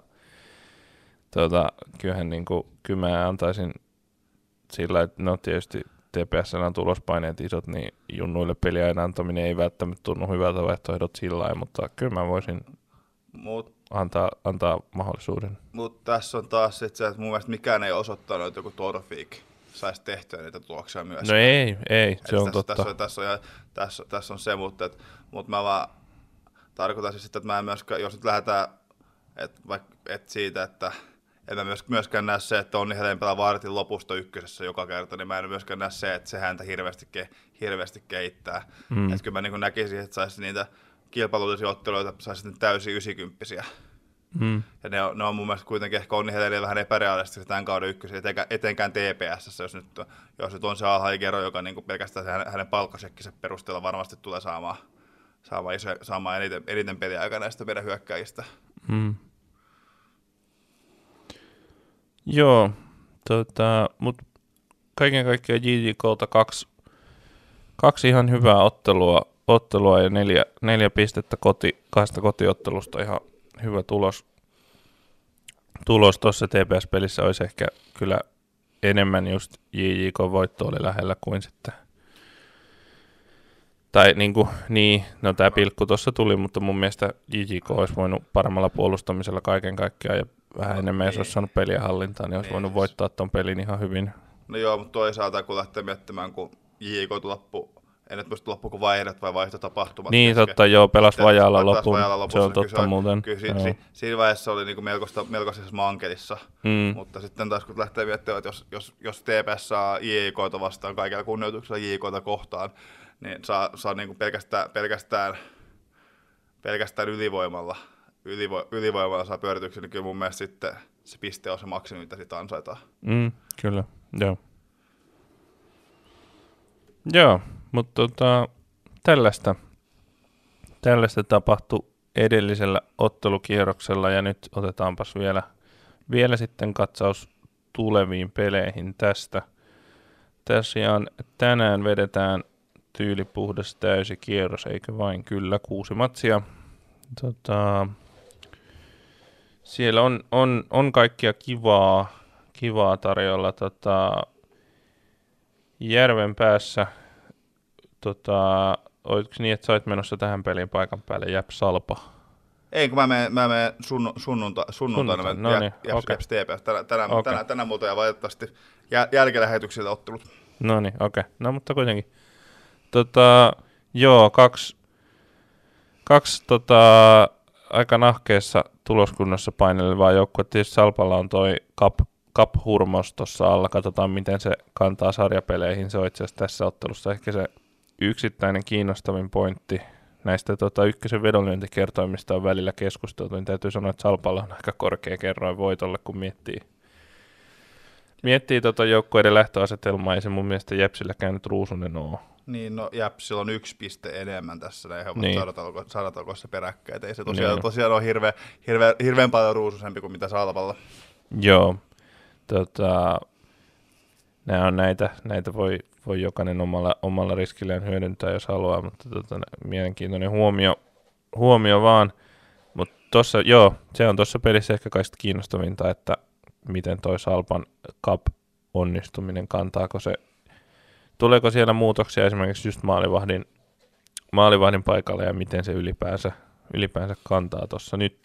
kyllähän niinku, kyllä mä antaisin sillä, että no tietysti TPS:llä on tulospaineet isot, niin junnuille peliajan antaminen ei välttämättä tunnu hyvältä vaihtoehdot sillä lailla, mutta kyllä mä voisin antaa mahdollisuuden. Mutta tässä on taas sit se, että mun mielestä mikään ei osoittanut, että joku Torfik saisi tehtyä niitä tuloksia myös. No ei, se on totta. Tässä on se, mutta mä vaan tarkoitan siis sitä, että mä en myöskään, jos nyt lähdetään siitä, että en mä myöskään näe se, että Onni Helen pelaa vartin lopusta ykkösessä joka kerta, niin mä en myöskään näe se, että se häntä hirveästi kehittää. Että kyllä mä niin näkisin, että saisi niitä kilpailullisia otteluita, saisi niitä täysin 90-vuotiaita. Ja ne on mun mielestä kuitenkin ehkä Onni Helenille vähän epärealistisia tämän kauden ykkösiä, etenkään TPS:ssä, jos nyt on se alhaikero, joka niin kuin pelkästään hänen palkkasekkinsä perusteella varmasti tulee saamaan eniten peliaikaa näistä meidän hyökkäjistä. Joo, mutta kaiken kaikkiaan JJK:lta kaksi ihan hyvää ottelua ja neljä pistettä kahdesta kotiottelusta, ihan hyvä tulos tuossa TPS-pelissä olisi ehkä kyllä enemmän just JJK-voitto oli lähellä kuin sitten. Tai no tämä pilkku tuossa tuli, mutta mun mielestä JJK olisi voinut paremmalla puolustamisella kaiken kaikkiaan ja vähän enemmän, jos olisi saanut peliä hallintaan, niin olisi voinut voittaa tuon pelin ihan hyvin. No joo, mutta toisaalta kun lähtee miettimään, kun JJK ei nyt muista loppu kuin vaihdot vai vaihtotapahtumat. Niin, totta, joo, pelasi vajaalla loppuun. Se on totta muuten. Kyllä siinä vaiheessa oli niin melkoisessa mankelissa, mutta sitten taas kun lähtee miettimään, että jos TPS saa JJK:ta vastaan kaikella kunnioituksella JJK:ta kohtaan, niin saa niin kuin pelkästään ylivoimalla saa pyörityksen, niin kyllä mun mielestä sitten se piste on se maksimi, mitä sitä ansaitaan. Kyllä, joo. Joo, mutta tällaista tapahtui edellisellä ottelukierroksella ja nyt otetaanpas vielä sitten katsaus tuleviin peleihin tästä. Tosiaan tänään vedetään tyylipuhdas täysi kierros, eikö vain? Kyllä, 6 matsia. Siellä on kaikkia kivaa tarjolla. Järvenpäässä, oliko niin, että sä oot menossa tähän peliin paikan päälle, Salpa? Ei, kun mä menen sunnuntaina No niin, okei. Jeps TPS. Tänään muuta ja valitettavasti jälkilähetyksillä ottelut. No niin, okei. No mutta kuitenkin. Joo, kaksi aika nahkeessa tuloskunnassa painelevaa joukkue. Tietysti Salpalla on toi Cup-hurmos tuossa alla. Katsotaan, miten se kantaa sarjapeleihin. Se on itse asiassa tässä ottelussa ehkä se yksittäinen kiinnostavin pointti. Näistä ykkösen vedonlyöntikertoimista on välillä keskusteltu, niin täytyy sanoa, että Salpalla on aika korkea kerroin voitolle, kun miettii joukkueiden lähtöasetelmaa, ei se mun mielestä Jepsillä käynyt ruusunen ole. Niin, no Jäpsillä on 1 piste enemmän tässä, ne ovat niin. sadatalkoissa peräkkäin, ei se tosiaan ole hirveän paljon ruususempi kuin mitä Salpalla. Joo, nämä on näitä voi jokainen omalla riskillään hyödyntää, jos haluaa, mutta mielenkiintoinen huomio vaan. Mutta tossa, joo, se on tuossa pelissä ehkä kaikista kiinnostavinta, että miten toi Salpan Cup-onnistuminen kantaako se, tuleeko siellä muutoksia esimerkiksi just maalivahdin paikalle ja miten se ylipäänsä kantaa tuossa nyt.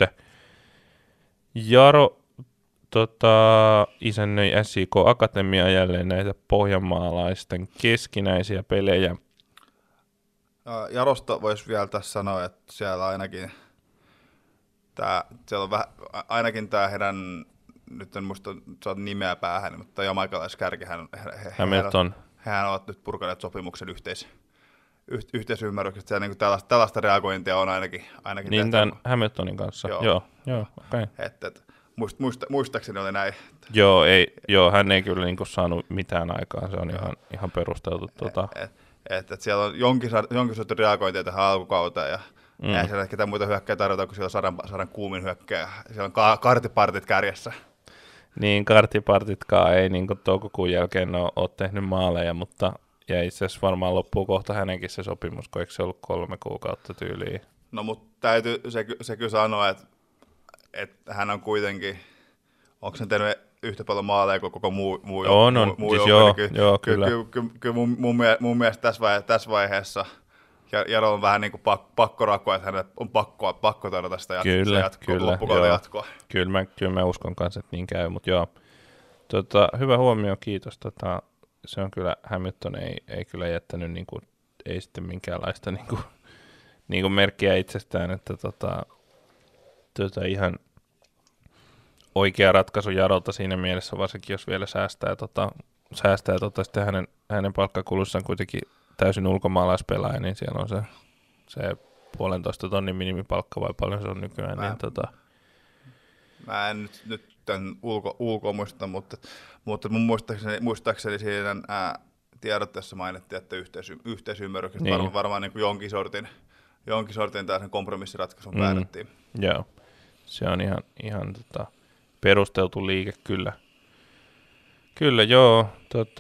Jaro isännöi SIK Akatemia jälleen näitä pohjanmaalaisten keskinäisiä pelejä. Jarosta voisi vielä tässä sanoa, että siellä ainakin siellä on ainakin tämä heidän, nyt en muista saada nimeä päähän, mutta jamaikalaiskärki, hehän ovat nyt purkaneet sopimuksen yhteisymmärryksestä. Siellä niin tällaista reagointia on ainakin niin tämän Hamiltonin kanssa, joo okei. Muistaakseni oli näin. Joo, hän ei kyllä niinku saanut mitään aikaan, se on ihan perusteltu. Siellä on jonkin sortin reagointia tähän alkukauteen, ja ei siellä ketään muita hyökkää tarjota, kun siellä on sadan kuumin hyökkää. Siellä on kartipartit kärjessä. Niin, kartipartitkaan ei niin toukokuun jälkeen ole tehnyt maaleja, mutta ja itse asiassa varmaan loppuu kohta hänenkin se sopimus, kun eikö se ollut 3 kuukautta tyyliin. No, mutta täytyy se kyllä sanoa, että hän on kuitenkin, onko se tehnyt yhtä paljon maaleja kuin koko muu siis joo, kyllä. Kyllä mun mielestä tässä vaiheessa Jaro on vähän niin kuin pakkorakko, että hänelle on pakko tarjota sitä loppukauden jatkoa. Kyllä mä uskon kanssa, että niin käy, mutta joo. Hyvä huomio, kiitos. Se on kyllä, Hamilton ei kyllä jättänyt niinku, ei sitten minkäänlaista niinku merkkiä itsestään, että ihan oikea ratkaisu Jarolta siinä mielessä, varsinkin jos vielä säästää sitten hänen palkkakulussaan kuitenkin täysin ulkomaalaispelaaja, niin siellä on se 1,5 tonnin minimipalkka, vai paljon se on nykyään. Mä en nyt tämän ulkoa muista, mutta mun muistaakseni siinä tiedotteessa mainittiin, että yhteisymmärryksestä niin. varmaan niin kuin jonkin sortin tällaisen kompromissiratkaisun päädyttiin. Joo, se on ihan perusteltu liike kyllä. Kyllä, joo.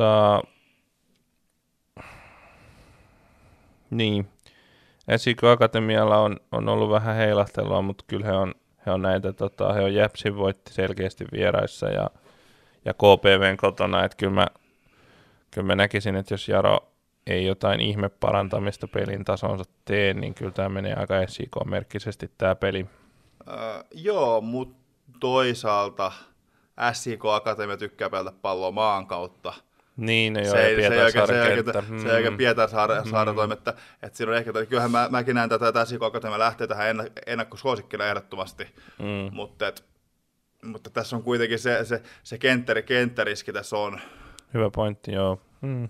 Niin. SIK Akatemialla on ollut vähän heilahtelua, mutta kyllä he on näitä, he on Jäpsin voitti selkeästi vieraissa ja KPVn kotona, että kyllä mä näkisin, että jos Jaro ei jotain ihme parantamista pelin tasonsa tee, niin kyllä tämä menee aika SIK-merkkisesti tämä peli. Joo, mutta toisaalta SIK Akatemia tykkää pelata palloa maan kautta. Niin, no joo, se eikä Pietarsaaren toimetta, että siinä on ehkä, kyllähän mäkin näen tätä, että SIK Akatemia lähtee tähän ennakkosuosikkina ehdottomasti, mutta tässä on kuitenkin se kenttäriski tässä on. Hyvä pointti, joo.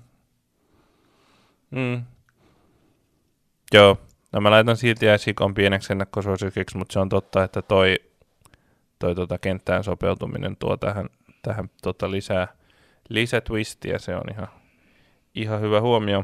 Joo, no mä laitan silti SIKon pieneksi ennakkosuosikiksi, mutta se on totta, että toi kenttään sopeutuminen tuo tähän lisätwistiä, se on ihan hyvä huomio.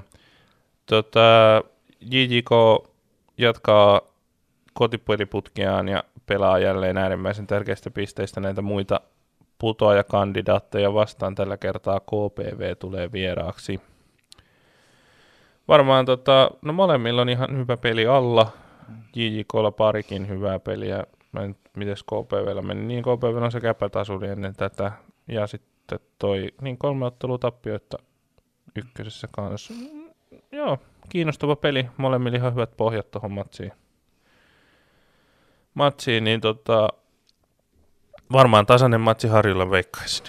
JJK jatkaa kotipeliputkeaan ja pelaa jälleen äärimmäisen tärkeistä pisteistä näitä muita putoajakandidaatteja vastaan. Tällä kertaa KPV tulee vieraaksi. Varmaan no molemmilla on ihan hyvä peli alla. JJKlla parikin hyvää peliä. Mites KPVllä meni? Niin, KPVllä on se käpätasuli ennen tätä. Ja sitten niin 3 ottelutappioita ykkösessä kanssa. Joo, kiinnostava peli. Molemmilla ihan hyvät pohjat tuohon matsiin. matsiin, niin varmaan tasainen matsi Harjulla veikkaisin.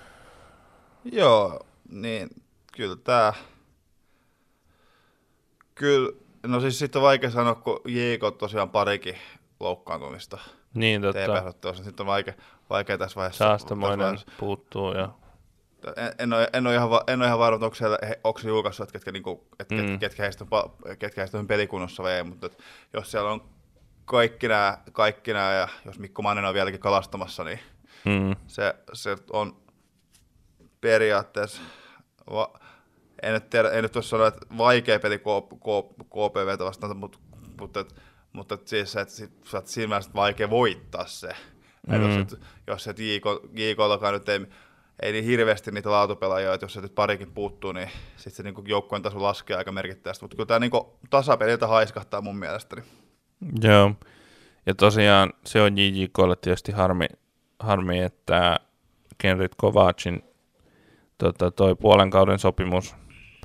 Joo, niin kyllä no siis sitten on vaikea sanoa, kun JK tosiaan parikin loukkaantumista. Niin, TPS-ottelussa, sitten on vaikea tässä vaiheessa. Saastamoinen puuttuu ja... En ole ihan varma, onko se julkaissut, että ketkä heistä on pelikunnossa vai ei, mutta jos siellä on kaikki nämä ja jos Mikko Mannen on vieläkin kalastamassa, niin se on periaatteessa, en nyt tuossa sano, että vaikea peli KPVtä vastaan, mutta siis että saat siinä mielessä vaikea voittaa se. Jos et JK:llakaan nyt ei niin hirveästi niitä laatupelaajia, että jos se nyt parikin puuttuu, niin sitten se niin joukkueen taso laskee aika merkittävästi. Mutta kyllä tämä niin tasapeliltä haiskahtaa mun mielestäni. Joo, ja tosiaan se on JJK:lle tietysti harmi että Kenrit Kovacin toi puolen kauden sopimus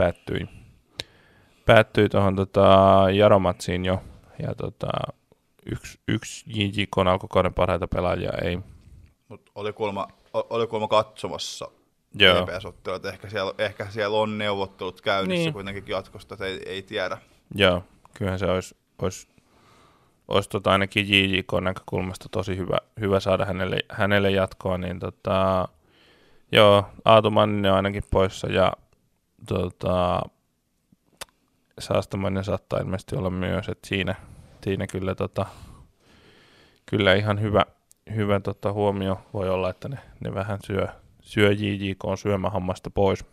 päättyi tuohon Jaromatsiin jo, ja yksi JJK:n alkukauden parhaita pelaajia ei. Mutta oli kuulemma katsomassa TPS-ottelua, että ehkä siellä on neuvottelut käynnissä niin. Kuitenkin jatkosta, että ei tiedä. Joo, kyllähän se olisi ainakin JJK:n näkökulmasta tosi hyvä saada hänelle jatkoa, niin joo, Aatu Manninen on ainakin poissa, ja Saastamoinen saattaa ilmeisesti olla myös, että siinä kyllä ihan hyvä huomio voi olla, että ne vähän syö JJK:n syömähammasta pois.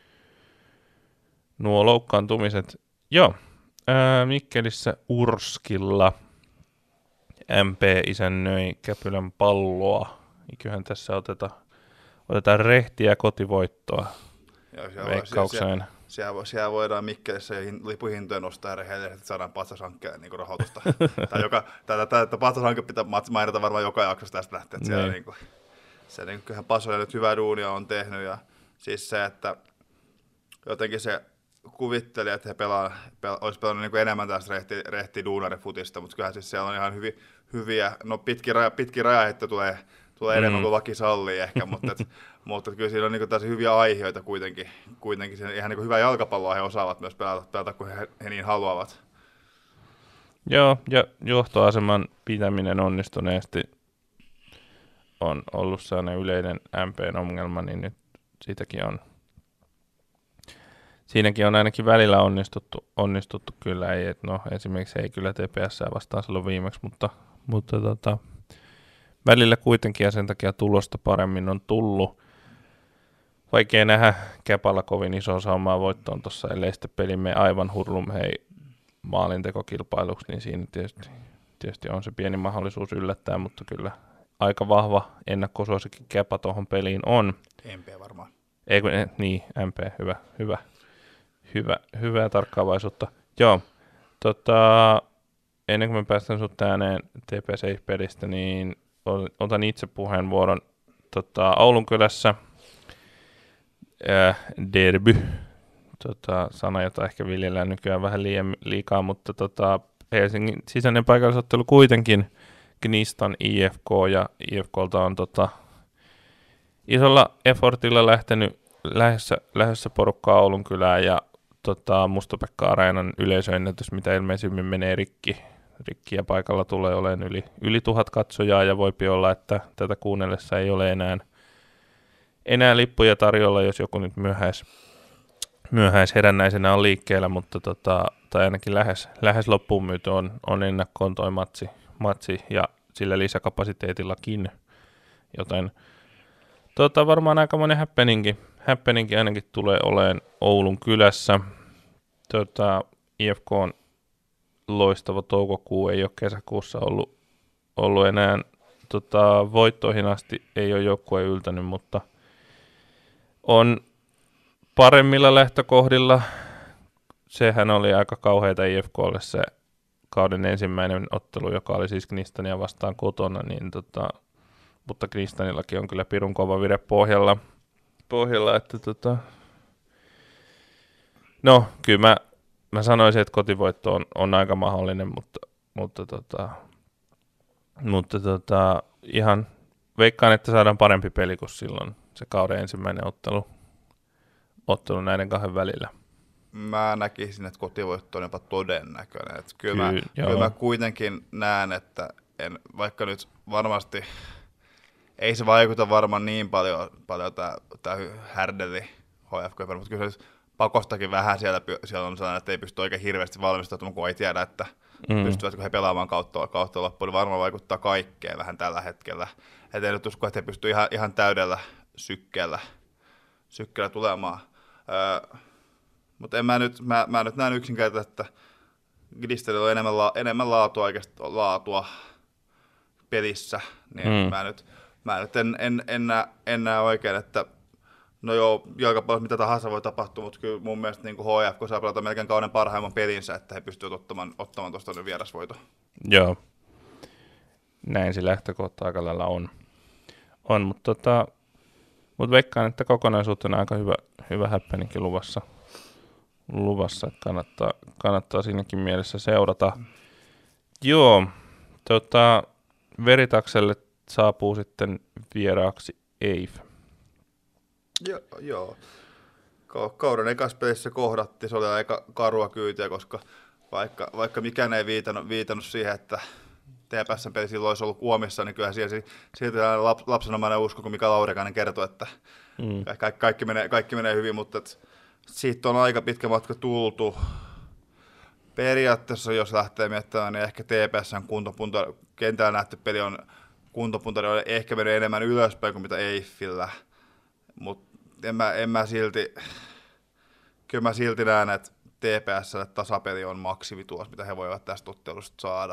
Nuo loukkaantumiset, joo, Mikkelissä Urskilla MP isännöi Käpylän Palloa, kyllähän tässä otetaan rehtiä kotivoittoa veikkaukseen. Siellä voidaan Mikkelissä lipuhintoja nostaa rehellisesti, että saadaan patsashankkeen niin rahoitusta. Tätä patsashankke pitää mainita varmaan joka jaksossa tästä lähtee. Että siellä kyllähän Pasoja nyt hyvää duunia on tehnyt. Ja siis se, että jotenkin se kuvitteli, että he olisi pelannut niin enemmän tästä rehti duunarifutista, mutta kyllähän siis siellä on ihan hyviä, no pitkin rajaheitto tulee enemmän kuin laki sallii ehkä, mutta kyllä siinä on niin tällaisia hyviä aiheita kuitenkin ihan niin hyvää jalkapalloa he osaavat myös pelata kun he niin haluavat. Joo, ja johtoaseman pitäminen onnistuneesti on ollut sellainen yleinen MP:n ongelma, niin nyt siinäkin on ainakin välillä onnistuttu kyllä, ei, no esimerkiksi ei kyllä TPS vastaan silloin viimeksi, mutta välillä kuitenkin ja sen takia tulosta paremmin on tullut. Vaikea nähdä Käpalla kovin iso saumaa voittoon tuossa, ellei sitten peli mene aivan hurlumhei maalintekokilpailuksi, niin siinä tietysti on se pieni mahdollisuus yllättää, mutta kyllä aika vahva ennakkosuosikin Käpä tuohon peliin on. MP varmaan. Niin, MP, hyvää tarkkaavaisuutta. Joo, ennen kuin me päästään sut ääneen TP7-pelistä, niin otan itse puheenvuoron Oulunkylässä. Derby, sana, jota ehkä viljellään nykyään vähän liikaa, mutta Helsingin sisäinen paikallisottelu kuitenkin Gnistan IFK, ja IFKlta on isolla effortilla lähdössä porukkaa Oulunkylään, ja Musto-Pekka-areenan yleisöennätys, mitä ilmeisimmin menee rikki ja paikalla tulee olemaan yli 1000 katsojaa, ja voipi olla, että tätä kuunnellessa ei ole enää lippuja tarjolla, jos joku nyt myöhäisherännäisenä on liikkeellä, mutta tai ainakin lähes loppuun myyty on ennakkoon toi matsi ja sillä lisäkapasiteetillakin, joten varmaan aikamoinen happeningi ainakin tulee oleen Oulun kylässä. IFK on loistava toukokuu, ei ole kesäkuussa ollut enää voittoihin asti, ei ole joukkue yltänyt, mutta on paremmilla lähtökohdilla. Sehän oli aika kauheita IFK:lle se kauden ensimmäinen ottelu, joka oli siis Gnistania vastaan kotona, niin mutta Gnistanillakin on kyllä pirun kova vire pohjalla, että no kyllä mä sanoisin, että kotivoitto on aika mahdollinen, mutta Mutta ihan veikkaan, että saadaan parempi peli kuin silloin se kauden ensimmäinen ottelu näiden kahden välillä. Mä näkisin, että kotivoitto on jopa todennäköinen. Että kyllä mä kuitenkin näen, että vaikka nyt varmasti ei se vaikuta varmaan niin paljon tämä härdeli HFK, mutta kyllä se pakostakin vähän siellä on sellainen, että ei pysty oikein hirveästi valmistautumaan, kun ei tiedä, että pystyvätkö he pelaamaan kautta loppuun, niin varmaan vaikuttaa kaikkeen vähän tällä hetkellä. Et en nyt usko, että he pystyvät ihan täydellä sykkeellä tulemaan. Mutta mä nyt näen yksinkertaisesti, että Glisterilla on enemmän laatua pelissä, niin mä nyt en näe oikein, että no joo, jalkapallossa mitä tahansa voi tapahtua, mutta kyllä mun mielestä niin HFK saa pelata melkein kauden parhaimman pelinsä, että he pystyvät ottamaan tuosta vierasvoiton. Joo, näin se lähtökohta aika lailla on mutta veikkaan, että kokonaisuutena aika hyvä häppäninkin luvassa, että kannattaa siinäkin mielessä seurata. Joo, Veritakselle saapuu sitten vieraaksi EIF. Joo. Kauden ekassa pelissä kohdattiin, se oli aika karua kyytiä, koska vaikka mikään ei viitannut siihen, että TPS:n peli silloin olisi ollut Uomissa, niin kyllä silti lapsenomainen usko, kun Mika Laurikainen kertoi, että kaikki menee hyvin, mutta siitä on aika pitkä matka tultu. Periaatteessa, jos lähtee miettimään, niin ehkä TPS:n kentällä nähty peli on kuntopuntari on ehkä mennyt enemmän ylöspäin kuin mitä EIFillä, mutta kyllä mä silti näen, että TPS:lle tasapeli on maksimitulos, mitä he voivat tästä ottelusta saada.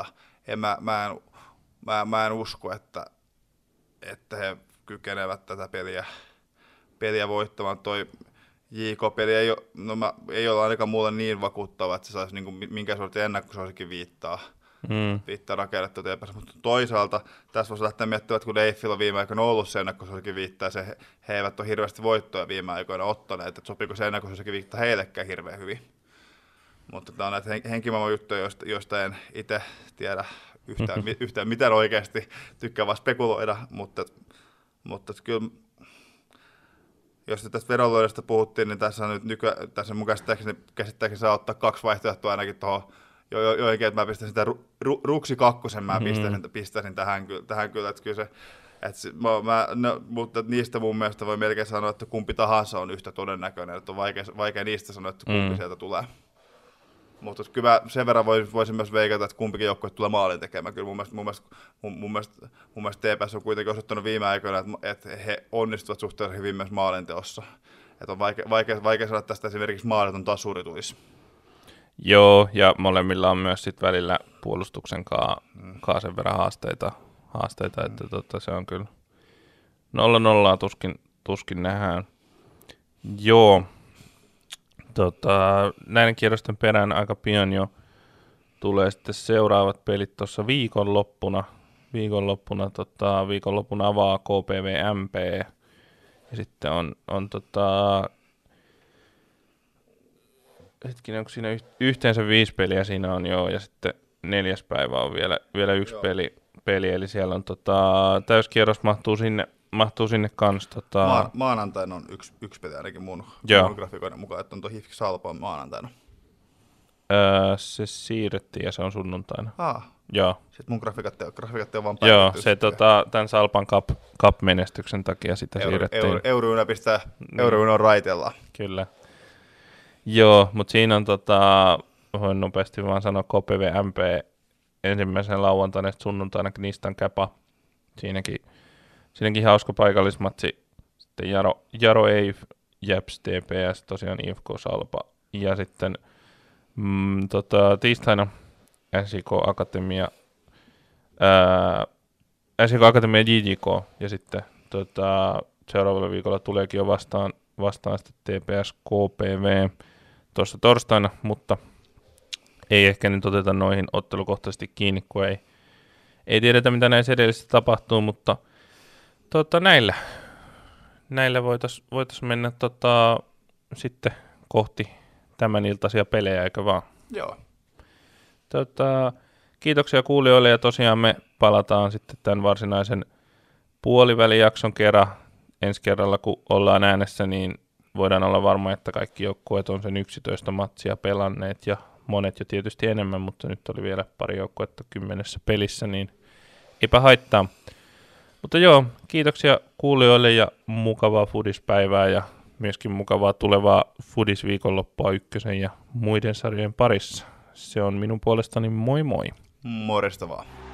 Mä en usko, että he kykenevät tätä peliä voittamaan. Toi JK-peli ei ole ainakaan mulle niin vakuuttava, että se saisi niin minkä sortin ennakkosuosikin viittaa rakennettu TPS. Mutta toisaalta tässä voisi lähteä miettimään, että kun EIFillä on viime aikoina ollut se ennakkosuosikin viittaa, he eivät ole hirveästi voittoja viime aikoina ottaneet, että sopiiko se ennakkosuosikin viittaa heillekään hirveän hyvin. Mutta tämä on näitä henkimaailman juttuja, joista en itse tiedä yhtään mitään oikeasti, tykkään vaan spekuloida, mutta kyllä jos tästä vedonlyönnistä puhuttiin, niin tässä mun käsittääkseni saa ottaa 2 vaihtoehtoa ainakin tuohon joihinkin, että mä pistän sitä Ruksi 2, mä pistäisin tähän kyllä, että kyllä se, mutta niistä mun mielestä voi melkein sanoa, että kumpi tahansa on yhtä todennäköinen, että on vaikea niistä sanoa, että kumpi sieltä tulee. Mutta kyllä sen verran voisin myös veikata, että kumpikin joukkue tulee maalin tekemään. Kyllä mun mielestä TPS on kuitenkin osoittanut viime aikoina, että he onnistuvat suhteellisen hyvin myös maalinteossa. Että on vaikea saada tästä esimerkiksi maaliton tasuri tulisi. Joo, ja molemmilla on myös sit välillä puolustuksen kaa sen verran haasteita että se on kyllä 0-0 tuskin nähdään. Joo. Näiden kierrosten perään aika pian jo tulee sitten seuraavat pelit tuossa viikonloppuna. Viikonloppuna avaa KPV MP ja sitten on hetkinen, onko siinä yhteensä 5 peliä siinä on joo, ja sitten 4. päivä on vielä yksi peli, eli siellä on täyskierros mahtuu sinne kans. Maanantaina on yksi peli ainakin mun grafikoiden mukaan, että on tuo HIFK Salpa maanantaina. Se siirrettiin ja se on sunnuntaina. Joo. Sitten mun grafikat on vaan päivitetty. Joo, se tämän Salpan Cup-menestyksen takia sitä siirrettiin. Eurouna pistää, Eurouna on raiteella. Kyllä. Joo, mutta siinä on voin nopeasti vaan sanoa KPV MP ensimmäisen lauantaina ja sunnuntaina Knistan Käpa. Siinäkin hauska paikallismatsi. Sitten Jaro EIF, Japs TPS, tosiaan IFK Salpa. Ja sitten tiistaina SIK Akatemia JJK. Ja sitten seuraavalla viikolla tuleekin jo vastaan sitten TPS KPV tuossa torstaina, mutta ei ehkä nyt oteta noihin ottelukohtaisesti kiinni, kun ei tiedetä, mitä näissä edellisissä tapahtuu, mutta näillä voitaisiin mennä sitten kohti tämän iltaisia pelejä, eikö vaan? Joo. Kiitoksia kuulijoille, ja tosiaan me palataan sitten tämän varsinaisen puolivälijakson kerran. Ensi kerralla, kun ollaan äänessä, niin voidaan olla varma, että kaikki joukkueet on sen 11 matsia pelanneet ja monet jo tietysti enemmän, mutta nyt oli vielä pari joukkuetta 10 pelissä, niin eipä haittaa. Mutta joo, kiitoksia kuulijoille ja mukavaa fudispäivää ja myöskin mukavaa tulevaa fudisviikonloppua Ykkösen ja muiden sarjojen parissa. Se on minun puolestani moi moi. Morjesta vaan.